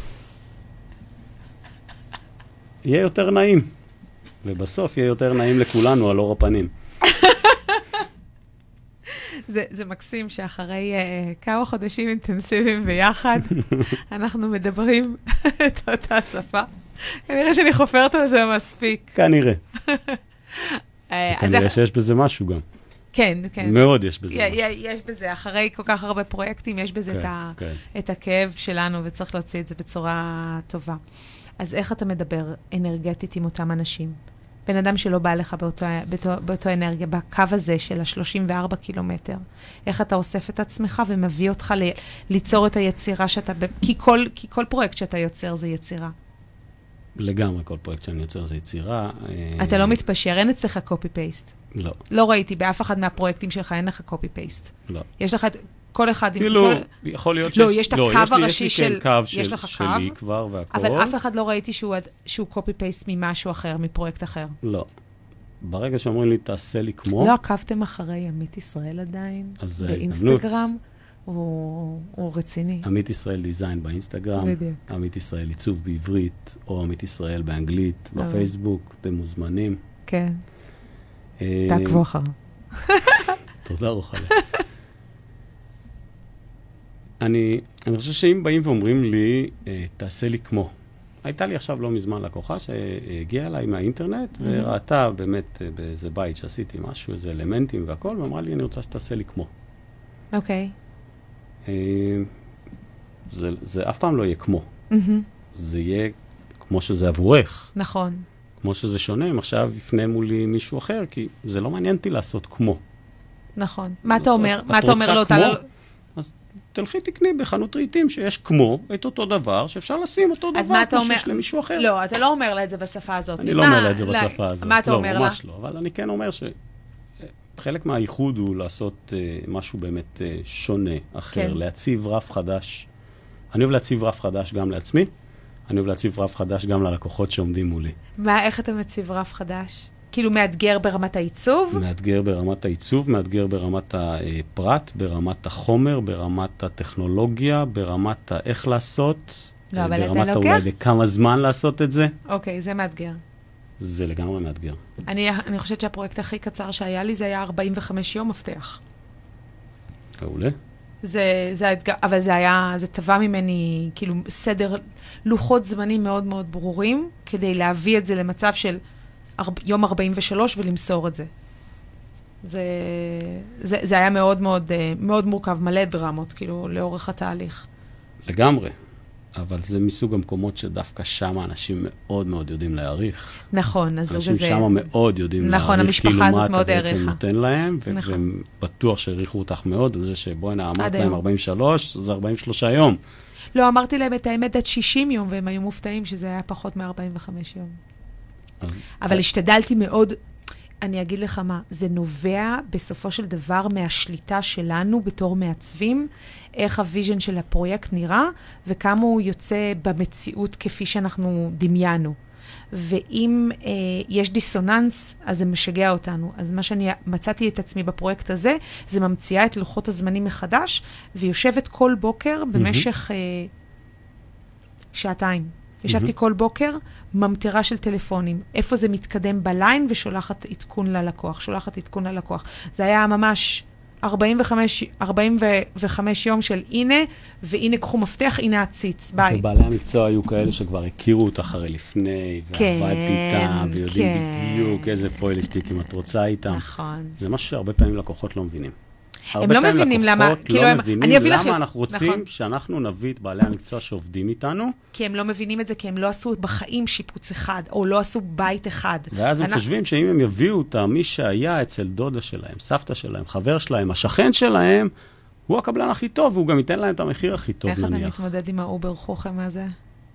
יהיה יותר נעים. ובסוף יהיה יותר נעים לכולנו על אור הפנים. זה מקסים שאחרי כמה חודשים אינטנסיביים ביחד, אנחנו מדברים את אותה שפה. כנראה שאני חופרת על זה מספיק. כנראה. כנראה שיש בזה משהו גם. כן, כן. מאוד יש בזה משהו. יש בזה, אחרי כל כך הרבה פרויקטים, יש בזה את הכאב שלנו, וצריך להוציא את זה בצורה טובה. אז איך אתה מדבר אנרגטית עם אותם אנשים? בן אדם שלא בא לך באותו אנרגיה, בקו הזה של ה-34 קילומטר. איך אתה אוסף את עצמך ומביא אותך ליצור את היצירה שאתה... כי כל פרויקט שאתה יוצר זה יצירה. לגמרי, כל פרויקט שאני יוצר זה יצירה. אתה לא מתפשר, אין אצלך קופי-פייסט. לא. לא ראיתי, באף אחד מהפרויקטים שלך אין לך קופי-פייסט. לא. יש לך כל אחד... כאילו, יכול להיות לא, יש את הקו הראשי של... יש לך קו שלי כבר והכל. אבל אף אחד לא ראיתי שהוא קופי-פייסט ממשהו אחר, מפרויקט אחר. לא. ברגע שאומרים לי, תעשה לי כמו... לא עקבתם אחרי עמית ישראל עדיין? אז באינסטגרם? הוא רציני. עמית ישראל דיזיין באינסטגרם, עמית ישראל עיצוב בעברית, או עמית ישראל באנגלית, בפייסבוק, אתם מוזמנים. כן. תעקבו אחר. תודה רוחלה. אני חושב שאם באים ואומרים לי, תעשה לי כמו. הייתה לי עכשיו לא מזמן לקוחה שהגיעה אליי מהאינטרנט, וראתה באמת באיזה בית שעשיתי משהו, איזה אלמנטים והכל, ואמרה לי, אני רוצה שתעשה לי כמו. אוקיי. זה אף פעם לא יהיה כמו. זה יהיה כמו שזה עבורך. נכון. כמו שזה שונה, אם עכשיו יפנה מולי מישהו אחר, כי זה לא מעניין אותי לעשות כמו. נכון. מה אתה אומר? מה אתה אומר לו? אז תלכי תקני בחנות רהיטים שיש כמו את אותו דבר, שאפשר לשים אותו דבר כמו שיש למישהו אחר. לא, אתה לא אומר לה את זה בשפה הזאת. אני לא אומר לה את זה בשפה הזאת. מה אתה אומר לה? לא, ממש לא. אבל אני כן אומר שחלק מהייחוד הוא לעשות משהו באמת שונה, אחר, להציב רף חדש. אני אוהב להציב רף חדש גם לעצמי, אני אוהב להציב רף חדש גם ללקוחות שעומדים מולי. איך אתה מציב רף חדש? כאילו מאתגר ברמת העיצוב? מאתגר ברמת העיצוב, מאתגר ברמת הפרט, ברמת החומר, ברמת הטכנולוגיה, ברמת איך לעשות, ברמת אולי לכמה זמן לעשות את זה. אוקיי, זה מאתגר. זה לגמרי מאתגר. אני חושבת שהפרויקט הכי קצר שהיה לי, זה היה 45 יום מפתח. מעולה. זה האתגר, אבל זה טבע ממני, כאילו, סדר, לוחות זמנים מאוד מאוד ברורים, כדי להביא את זה למצב של יום 43 ולמסור את זה. זה היה מאוד מאוד, מאוד מורכב, מלא דרמות, כאילו, לאורך התהליך. לגמרי. אבל זה מסוג המקומות שדווקא שם אנשים מאוד מאוד יודעים להעריך. נכון, אז אנשים שם מאוד יודעים להעריך, כאילו מה אתה בעצם נותן להם, והם בטוח שהעריכו אותך מאוד, על זה שבואי אמרת להם 43, זה 43 יום. לא, אמרתי להם את האמת עד 60 יום, והם היו מופתעים שזה היה פחות מ-45 יום. אבל השתדלתי מאוד, אני אגיד לך מה, זה נובע בסופו של דבר מהשליטה שלנו בתור מעצבים, איך הוויז'ן של הפרויקט נראה, וכמה הוא יוצא במציאות כפי שאנחנו דמיינו. ואם יש דיסוננס, אז זה משגע אותנו. אז מה שאני מצאתי את עצמי בפרויקט הזה, זה ממציאה את לוחות הזמנים מחדש, ויושבת כל בוקר במשך שעתיים. ישבתי כל בוקר, ממטרה של טלפונים. איפה זה מתקדם בליין, ושולחת עדכון ללקוח. זה היה ממש 45 יום של הנה, והנה קחו מפתח, הנה הציץ, ביי. ובעלי המקצוע היו כאלה שכבר הכירו אותך הרי לפני, ועבדת איתם, ויודעים בדיוק איזה פוילשטיקים את רוצה איתם. נכון. זה משהו שהרבה פעמים לקוחות לא מבינים. הם לא מבינים למה, כאילו הם, אני אביא למה אנחנו רוצים שאנחנו נביא את בעלי המקצוע שעובדים איתנו. כי הם לא מבינים את זה, כי הם לא עשו בחיים שיפוץ אחד, או לא עשו בית אחד. ואז הם חושבים שאם הם יביאו אותם, מי שהיה אצל דודה שלהם, סבתא שלהם, חבר שלהם, השכן שלהם, הוא הקבלן הכי טוב, והוא גם ייתן להם את המחיר הכי טוב, נניח. איך אתה מתמודד עם האובר חוכם הזה?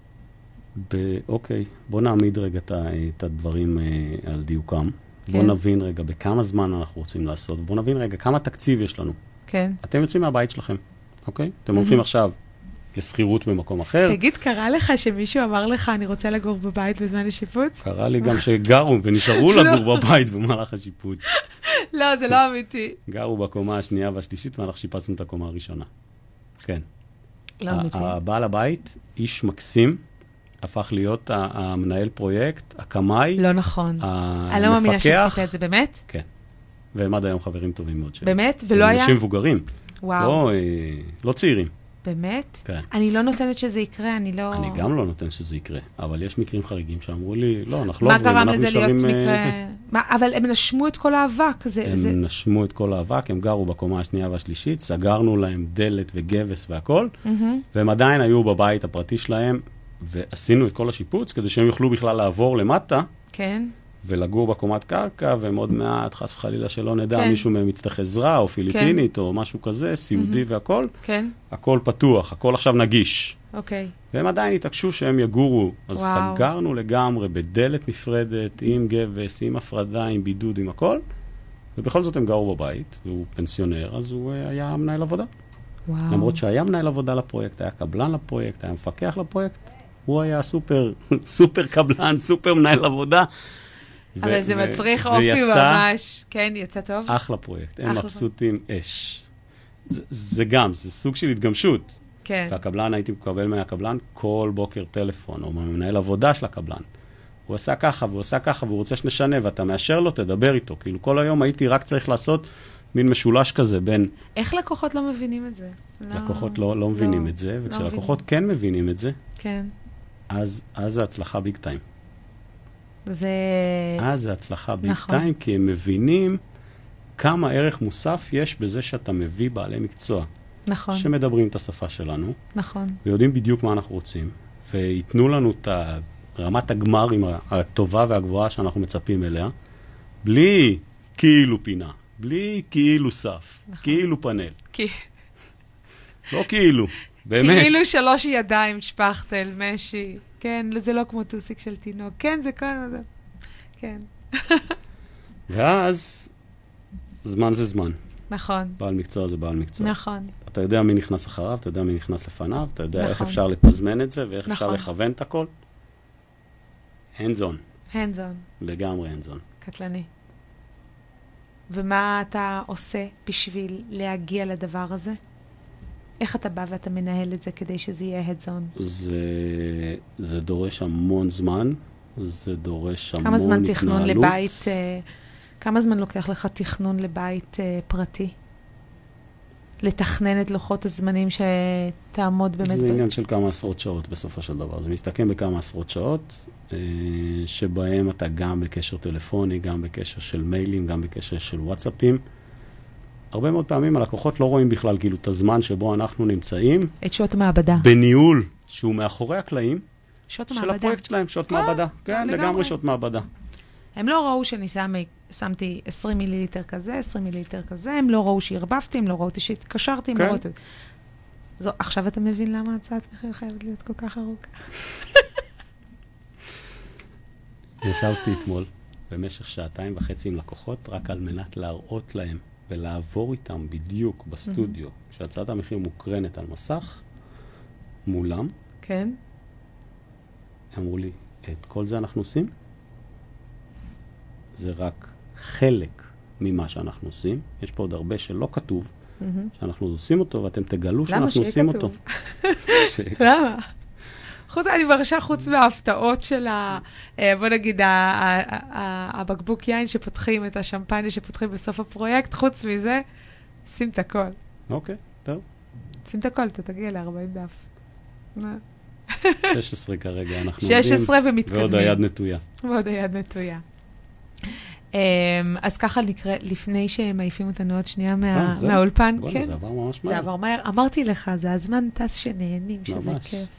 אוקיי, בוא נעמיד רגע את הדברים על דיוקם. בוא נבין רגע בכמה זמן אנחנו רוצים לעשות, בוא נבין רגע כמה תקציב יש לנו. כן. אתם יוצאים מהבית שלכם, אוקיי? אתם הולכים עכשיו לסחירות במקום אחר. תגיד, קרה לך שמישהו אמר לך, אני רוצה לגור בבית בזמן השיפוץ? קרה לי גם שגרו ונשארו לגור בבית במהלך השיפוץ. לא, זה לא אמיתי. גרו בקומה השנייה והשלישית, ואנחנו שיפצנו את הקומה הראשונה. כן. לא אמיתי. הבעל הבית, איש מקסים, הפך להיות המנהל פרויקט, הקמאי, לא נכון. אני לא מאמינה שעשית את זה, באמת? כן. והם עד היום חברים טובים מאוד שלי. באמת? ולא היה? אנשים מבוגרים. וואו. לא צעירים. באמת? כן. אני לא נותנת שזה יקרה, אני לא... אני גם לא נותן שזה יקרה, אבל יש מקרים חריגים שאמרו לי, לא, אנחנו לא עוברים, מה גרם לזה להיות מקרה? אבל הם נשמו את כל האבק. הם נשמו את כל האבק, הם גרו בקומה השנייה והשלישית, סגרנו להם דלת וגבס והכל, והם עדיין היו בבית הפרטי שלהם, ועשינו את כל השיפוץ, כדי שהם יוכלו בכלל לעבור למטה, כן. ולגור בקומת קרקע, והם עוד מעט, חס וחלילה שלא נדע, מישהו מהם יצטרך עזרה, או פיליפינית, או משהו כזה, סיעודי והכל. כן. הכל פתוח, הכל עכשיו נגיש. אוקיי. והם עדיין התעקשו שהם יגורו, אז סגרנו לגמרי בדלת נפרדת, עם גבס, עם הפרדה, עם בידוד, עם הכל, ובכל זאת הם גרו בבית, והוא פנסיונר, אז הוא היה מנהל עבודה. וואו. למרות שהיה מנהל עבודה לפרויקט, היה קבלן לפרויקט, היה מפקח לפרויקט, הוא היה סופר קבלן, סופר מנהל עבודה. אבל זה מצריך אופי ממש. כן, יצא טוב? אחלה פרויקט, הם מבסוטים אש. זה גם, זה סוג של התגמשות. כן. והקבלן, הייתי מקבל מהקבלן כל בוקר טלפון, או מנהל עבודה של הקבלן. הוא עשה ככה, והוא עשה ככה, והוא רוצה שנשנה, ואתה מאשר לו, תדבר איתו. כאילו כל היום הייתי רק צריך לעשות מין משולש כזה בין... איך לקוחות לא מבינים את זה? לקוחות לא מבינים את זה, וכשלקוחות כן מבינים את זה, כן. אז זה הצלחה ביג טיים. אז זה הצלחה ביג טיים, כי הם מבינים כמה ערך מוסף יש בזה שאתה מביא בעלי מקצוע. נכון. שמדברים את השפה שלנו. נכון. ויודעים בדיוק מה אנחנו רוצים, ויתנו לנו את רמת הגמרים הטובה והגבוהה שאנחנו מצפים אליה, בלי כאילו פינה, בלי כאילו סף, נכון. כאילו פאנל. לא כאילו, באמת. כאילו 3 ידיים, שפכתל, משי. כן, זה לא כמו טוסיק של תינוק. כן, זה כאן. כן. ואז, זמן זה זמן. נכון. בעל מקצוע זה בעל מקצוע. נכון. אתה יודע מי נכנס אחריו, אתה יודע מי נכנס לפניו, אתה יודע איך אפשר לתזמן את זה, ואיך אפשר לכוון את הכל. hands on. hands on. לגמרי hands on. קטלני. ומה אתה עושה בשביל להגיע לדבר הזה? איך אתה בא ואתה מנהל את זה כדי שזה יהיה head on? זה דורש המון זמן, זה דורש המון כמה זמן התנהלות. תכנון לבית, כמה זמן לוקח לך תכנון לבית פרטי? לתכנן את לוחות הזמנים שתעמוד באמת... זה עניין של כמה עשרות שעות בסופו של דבר. זה מסתכם בכמה עשרות שעות, שבהם אתה גם בקשר טלפוני, גם בקשר של מיילים, גם בקשר של וואטסאפים. הרבה מאוד פעמים הלקוחות לא רואים בכלל כאילו את הזמן שבו אנחנו נמצאים. את שעות המעבדה. בניהול שהוא מאחורי הקלעים. שעות של המעבדה. הפרויקט שלהם, שעות מעבדה. כן, לגמרי שעות מעבדה. הם לא ראו שאני שמתי 20 מיליליטר כזה, 20 מיליליטר כזה, הם לא ראו שהרבבתי, הם לא ראו שהתקשרתי, הם לא ראו... זו, עכשיו אתה מבין למה הצעת מחיר חייבת להיות כל כך ארוכה? ישבתי אתמול במשך 2.5 עם לקוחות, רק על מנת להראות להם ולעבור איתם בדיוק בסטודיו, שהצעת המחיר מוקרנת על מסך, מולם. כן. אמרו לי, את כל זה אנחנו עושים? זה רק חלק ממה שאנחנו עושים. יש פה עוד הרבה שלא כתוב, שאנחנו עושים אותו, ואתם תגלו שאנחנו עושים אותו. למה? אני מרשה חוץ מההפתעות של בוא נגיד, הבקבוק יין שפותחים, את השמפניה שפותחים בסוף הפרויקט, חוץ מזה, שים את הכל. אוקיי, טוב. שים את הכל, אתה תגיע ל-40 דף. 16 כרגע, אנחנו עובדים. 16 ומתקדמים. ועוד היד נטויה. ועוד היד נטויה. אז ככה נקרא, לפני שמעיפים אותנו עוד שנייה מהאולפן, כן? זה עבר ממש מהר. זה עבר מהר. אמרתי לך, זה הזמן טס שנהנים, שזה כיף.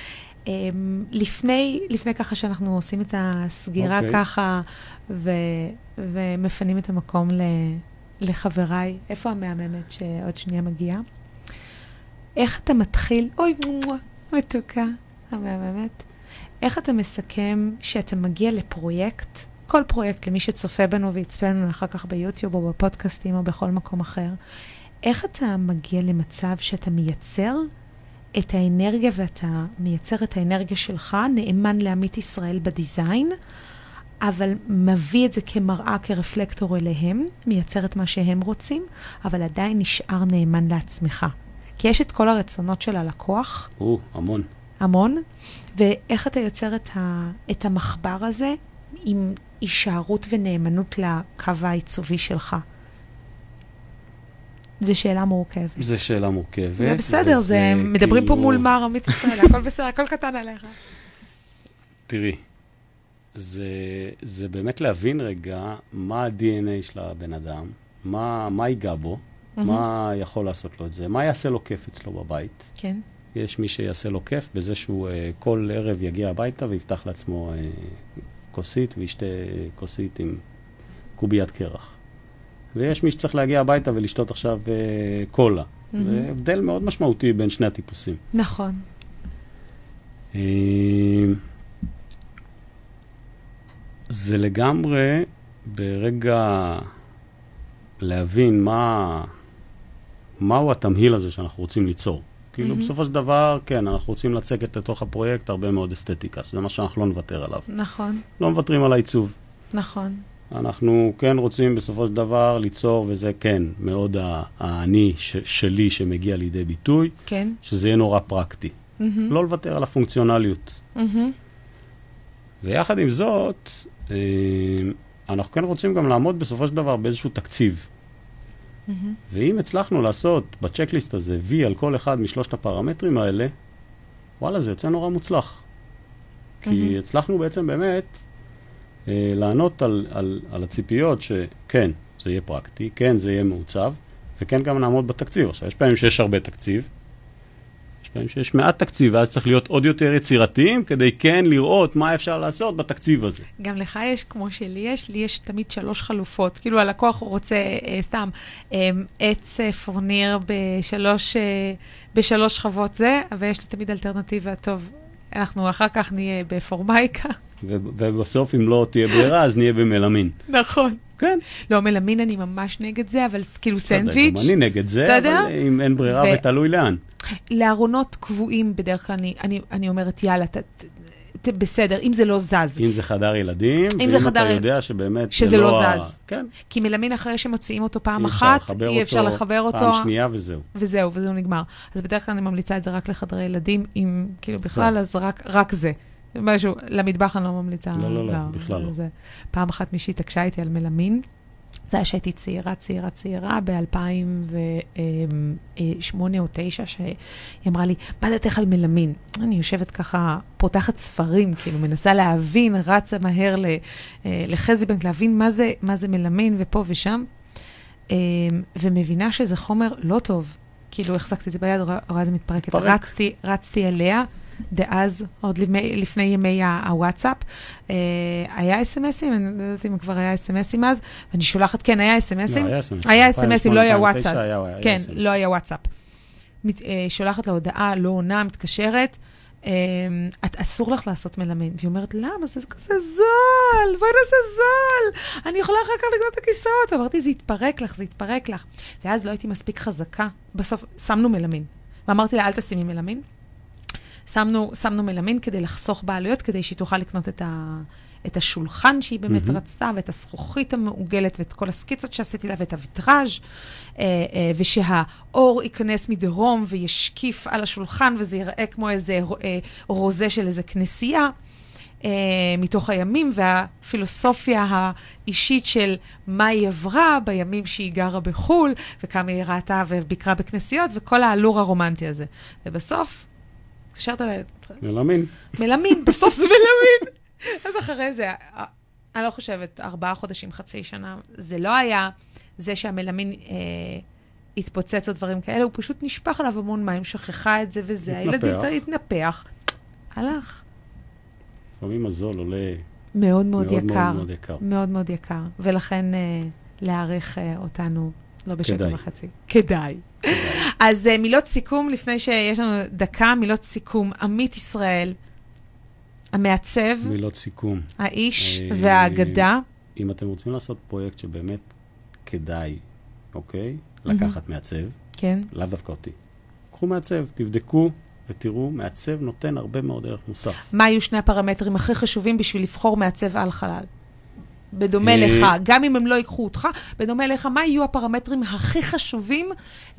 לפני ככה שאנחנו עושים את הסגירה ככה, ומפנים את המקום לחבריי, איפה המהממת שעוד שנייה מגיעה? איך אתה מתחיל, אוי, מתוקה, המהממת, איך אתה מסכם שאתה מגיע לפרויקט, כל פרויקט למי שצופה בנו ויצפה לנו אחר כך ביוטיוב או בפודקאסטים או בכל מקום אחר, איך אתה מגיע למצב שאתה מייצר את האנרגיה ואתה מייצר את האנרגיה שלך, נאמן לעמית ישראל בדיזיין, אבל מביא את זה כמראה, כרפלקטור אליהם, מייצר את מה שהם רוצים, אבל עדיין נשאר נאמן לעצמך. כי יש את כל הרצונות של הלקוח. המון. המון. ואיך אתה יוצר את המחבר הזה עם הישארות ונאמנות לקו העיצובי שלך? זו שאלה מורכבת. זו שאלה מורכבת. זה בסדר, זה מדברים פה מול מר עמית ישראל, הכל בסדר, הכל קטן עליך. תראי, זה באמת להבין רגע מה ה-DNA של הבן אדם, מה ייגע בו, מה יכול לעשות לו את זה, מה יעשה לו כיף אצלו בבית. כן. יש מי שיעשה לו כיף בזה שהוא כל ערב יגיע הביתה ויפתח לעצמו כוסית וישתה כוסית עם קוביית קרח. ויש מי שצריך להגיע הביתה ולשתות עכשיו קולה. זה הבדל מאוד משמעותי בין שני הטיפוסים. נכון. זה לגמרי ברגע להבין מהו התמהיל הזה שאנחנו רוצים ליצור. כאילו בסופו של דבר, כן, אנחנו רוצים לצקת לתוך הפרויקט הרבה מאוד אסתטיקה. זה מה שאנחנו לא נוותר עליו. נכון. לא מוותרים על העיצוב. נכון. אנחנו כן רוצים בסופו של דבר ליצור, וזה כן, מאוד האני שלי שמגיע לידי ביטוי, כן. שזה יהיה נורא פרקטי. לא לוותר על הפונקציונליות. ויחד עם זאת, אנחנו כן רוצים גם לעמוד בסופו של דבר באיזשהו תקציב. ואם הצלחנו לעשות בצ'קליסט הזה וי על כל אחד משלושת הפרמטרים האלה, וואלה, זה יוצא נורא מוצלח. כי הצלחנו בעצם באמת לענות על הציפיות שכן, זה יהיה פרקטי, כן, זה יהיה מעוצב, וכן גם נעמוד בתקציב. עכשיו, יש פעמים שיש הרבה תקציב, יש פעמים שיש מעט תקציב, ואז צריך להיות עוד יותר יצירתיים, כדי כן לראות מה אפשר לעשות בתקציב הזה. גם לך יש, כמו שלי יש, לי יש תמיד 3 חלופות. כאילו, הלקוח רוצה סתם עץ פורניר ב3 שכבות זה, ויש לי תמיד אלטרנטיבה, טוב, אנחנו אחר כך נהיה בפורמייקה. ובסוף, אם לא תהיה ברירה, אז נהיה במלמין. נכון. כן. לא, מלמין אני ממש נגד זה, אבל כאילו סנדוויץ'. גם אני נגד זה, אבל אם אין ברירה ותלוי לאן. לארונות קבועים בדרך כלל, אני אומרת, יאללה, בסדר, אם זה לא זז. אם זה חדר ילדים, ואם אתה יודע שבאמת שזה לא זז. כן. כי מלמין אחרי שמוציאים אותו פעם אחת, אי אפשר לחבר אותו. פעם שנייה וזהו. וזהו נגמר. אז בדרך כלל אני ממליצה את זה רק לחדרי ילדים, אם כאילו בכלל, אז רק זה. משהו, למטבח אני לא ממליצה. לא, בכלל לא. פעם אחת מישהי תקשה איתי על מלמין, זה היה שהייתי צעירה ב-2008 או 2009, שהיא אמרה לי, מה דעתך על מלמין? אני יושבת ככה, פותחת ספרים, כאילו מנסה להבין, רצה מהר לחזיבנק, להבין מה זה מלמין ופה ושם, ומבינה שזה חומר לא טוב. כאילו החזקתי את זה ביד, רואה זה מתפרקת. רצתי אליה, דאז, עוד לפני ימי הוואטסאפ, היה אס-אמסים, אני לא יודעת אם כבר היה אס-אמסים אז, ואני שולחת, כן, היה אס-אמסים. היה אס-אמסים, לא היה וואטסאפ. כן, לא היה וואטסאפ. שולחת להודעה, לא עונה, מתקשרת, אסור לך לעשות מלמין. והיא אומרת, למה? זה כזה זול, בואי נעשה זול. אני יכולה אחר כך לקנות את הכיסאות. אמרתי, זה יתפרק לך. ואז לא הייתי מספיק חזקה. בסוף שמנו מלמין. ואמרתי לה, אל תשימי מלמין. שמנו מלמין כדי לחסוך בעלויות, כדי שהיא תוכל לקנות את השולחן שהיא באמת רצתה, ואת הזכוכית המעוגלת, ואת כל הסקיצות שעשיתי לה, ואת הוויטראז', ושהאור ייכנס מדרום וישקיף על השולחן, וזה ייראה כמו איזה רוזה של איזה כנסייה, מתוך הימים, והפילוסופיה האישית של מה היא עברה בימים שהיא גרה בחול, וכמה היא ראתה וביקרה בכנסיות, וכל האלור הרומנטי הזה. ובסוף, קשרת לה... מלמין, בסוף זה מלמין. אז אחרי זה, אני לא חושבת, 4 חודשים, חצי שנה, זה לא היה זה שהמלמין התפוצץ או דברים כאלה, הוא פשוט נשפך עליו המון מים, שכחה את זה וזה, הילדים התנפח. הלך. לפעמים הזול עולה מאוד מאוד יקר. מאוד מאוד יקר. ולכן להעריך אותנו לא בשקל וחצי. כדאי. אז מילות סיכום, לפני שיש לנו דקה, מילות סיכום. עמית ישראל, המעצב, מילות סיכום. האיש והאגדה. אם אתם רוצים לעשות פרויקט שבאמת כדאי, אוקיי? לקחת מעצב. כן. לאו דווקא אותי. קחו מעצב, תבדקו ותראו, מעצב נותן הרבה מאוד ערך מוסף. מה היו שני הפרמטרים הכי חשובים בשביל לבחור מעצב על חלל? בדומה לך, גם אם הם לא ייקחו אותך, בדומה לך, מה יהיו הפרמטרים הכי חשובים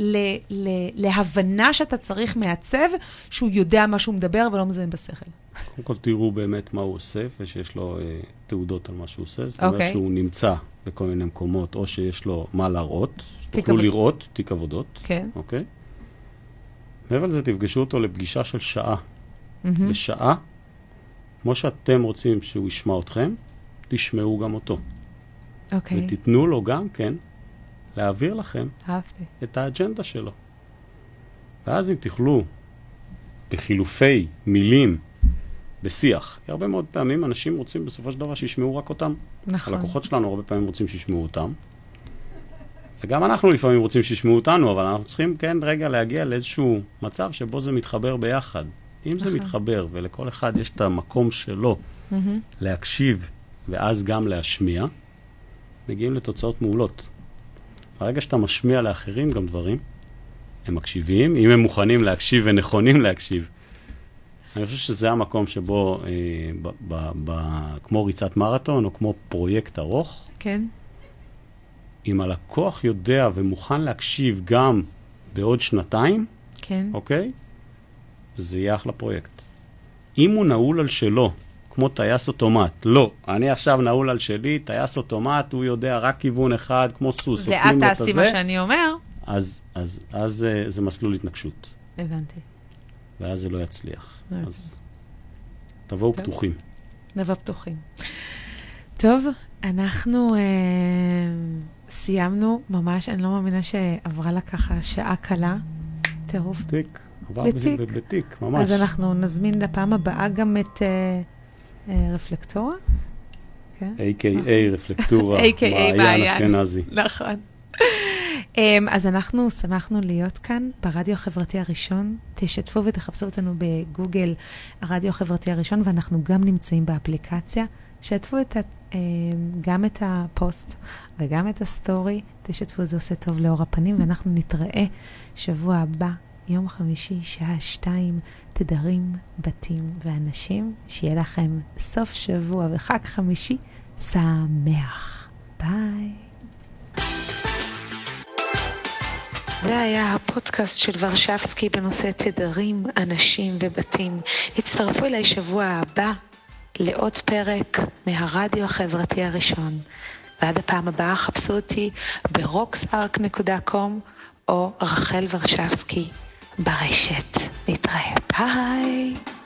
להבנה שאתה צריך מעצב, שהוא יודע מה שהוא מדבר ולא מזיין בשכל? קודם כל תראו באמת מה הוא עושה, ושיש לו תעודות על מה שהוא עושה. זאת אומרת שהוא נמצא בכל מיני מקומות, או שיש לו מה להראות, שתוכלו לראות, תיק עבודות. כן. אוקיי? מעבר לזה, תפגשו אותו לפגישה של שעה. בשעה, כמו שאתם רוצים שהוא ישמע אתכם, תשמעו גם אותו. אוקיי. ותיתנו לו גם כן להעביר לכם אהבתי. את האג'נדה שלו. ואז אם תוכלו בחילופי מילים, בשיח, כי הרבה מאוד פעמים אנשים רוצים בסופו של דבר שישמעו רק אותם. נכון. הלקוחות שלנו הרבה פעמים רוצים שישמעו אותם. וגם אנחנו לפעמים רוצים שישמעו אותנו, אבל אנחנו צריכים כן רגע להגיע לאיזשהו מצב שבו זה מתחבר ביחד. אם זה מתחבר ולכל אחד יש את המקום שלו להקשיב ואז גם להשמיע, מגיעים לתוצאות מעולות. ברגע שאתה משמיע לאחרים גם דברים, הם מקשיבים, אם הם מוכנים להקשיב ונכונים להקשיב. אני חושב שזה המקום שבו, כמו ריצת מרתון או כמו פרויקט ארוך, כן. אם הלקוח יודע ומוכן להקשיב גם בעוד 2, כן. אוקיי? זה יהיה אחלה פרויקט. אם הוא נעול על שלו, כמו טייס אוטומט, לא, אני עכשיו נעול על שלי, טייס אוטומט, הוא יודע רק כיוון אחד, כמו סוס, ואת תעשי מה שאני אומר. אז זה מסלול התנגשות. הבנתי. ואז זה לא יצליח. אז תבואו פתוחים. נבוא פתוחים. טוב, אנחנו סיימנו ממש, אני לא מאמינה שעברה לה ככה שעה קלה. טירוף. בתיק. עבר בתיק, ממש. אז אנחנו נזמין לפעם הבאה גם את רפלקטורה. A.K.A. רפלקטורה. מעיין אשכנזי. נכון. אז אנחנו שמחנו להיות כאן ברדיו החברתי הראשון. תשתפו ותחפשו אותנו בגוגל הרדיו החברתי הראשון, ואנחנו גם נמצאים באפליקציה. שתפו גם את הפוסט וגם את הסטורי. תשתפו, זה עושה טוב לאור הפנים, ואנחנו נתראה שבוע הבא, יום חמישי, שעה 2, תדרים, בתים ואנשים. שיהיה לכם סוף שבוע וחג חמישי שמח. ביי. זה היה הפודקאסט של ורשבסקי בנושא תדרים, אנשים ובתים. הצטרפו אליי שבוע הבא לעוד פרק מהרדיו החברתי הראשון. ועד הפעם הבאה חפשו אותי ב-rocksark.com או רחל ורשבסקי ברשת. נתראה. ביי.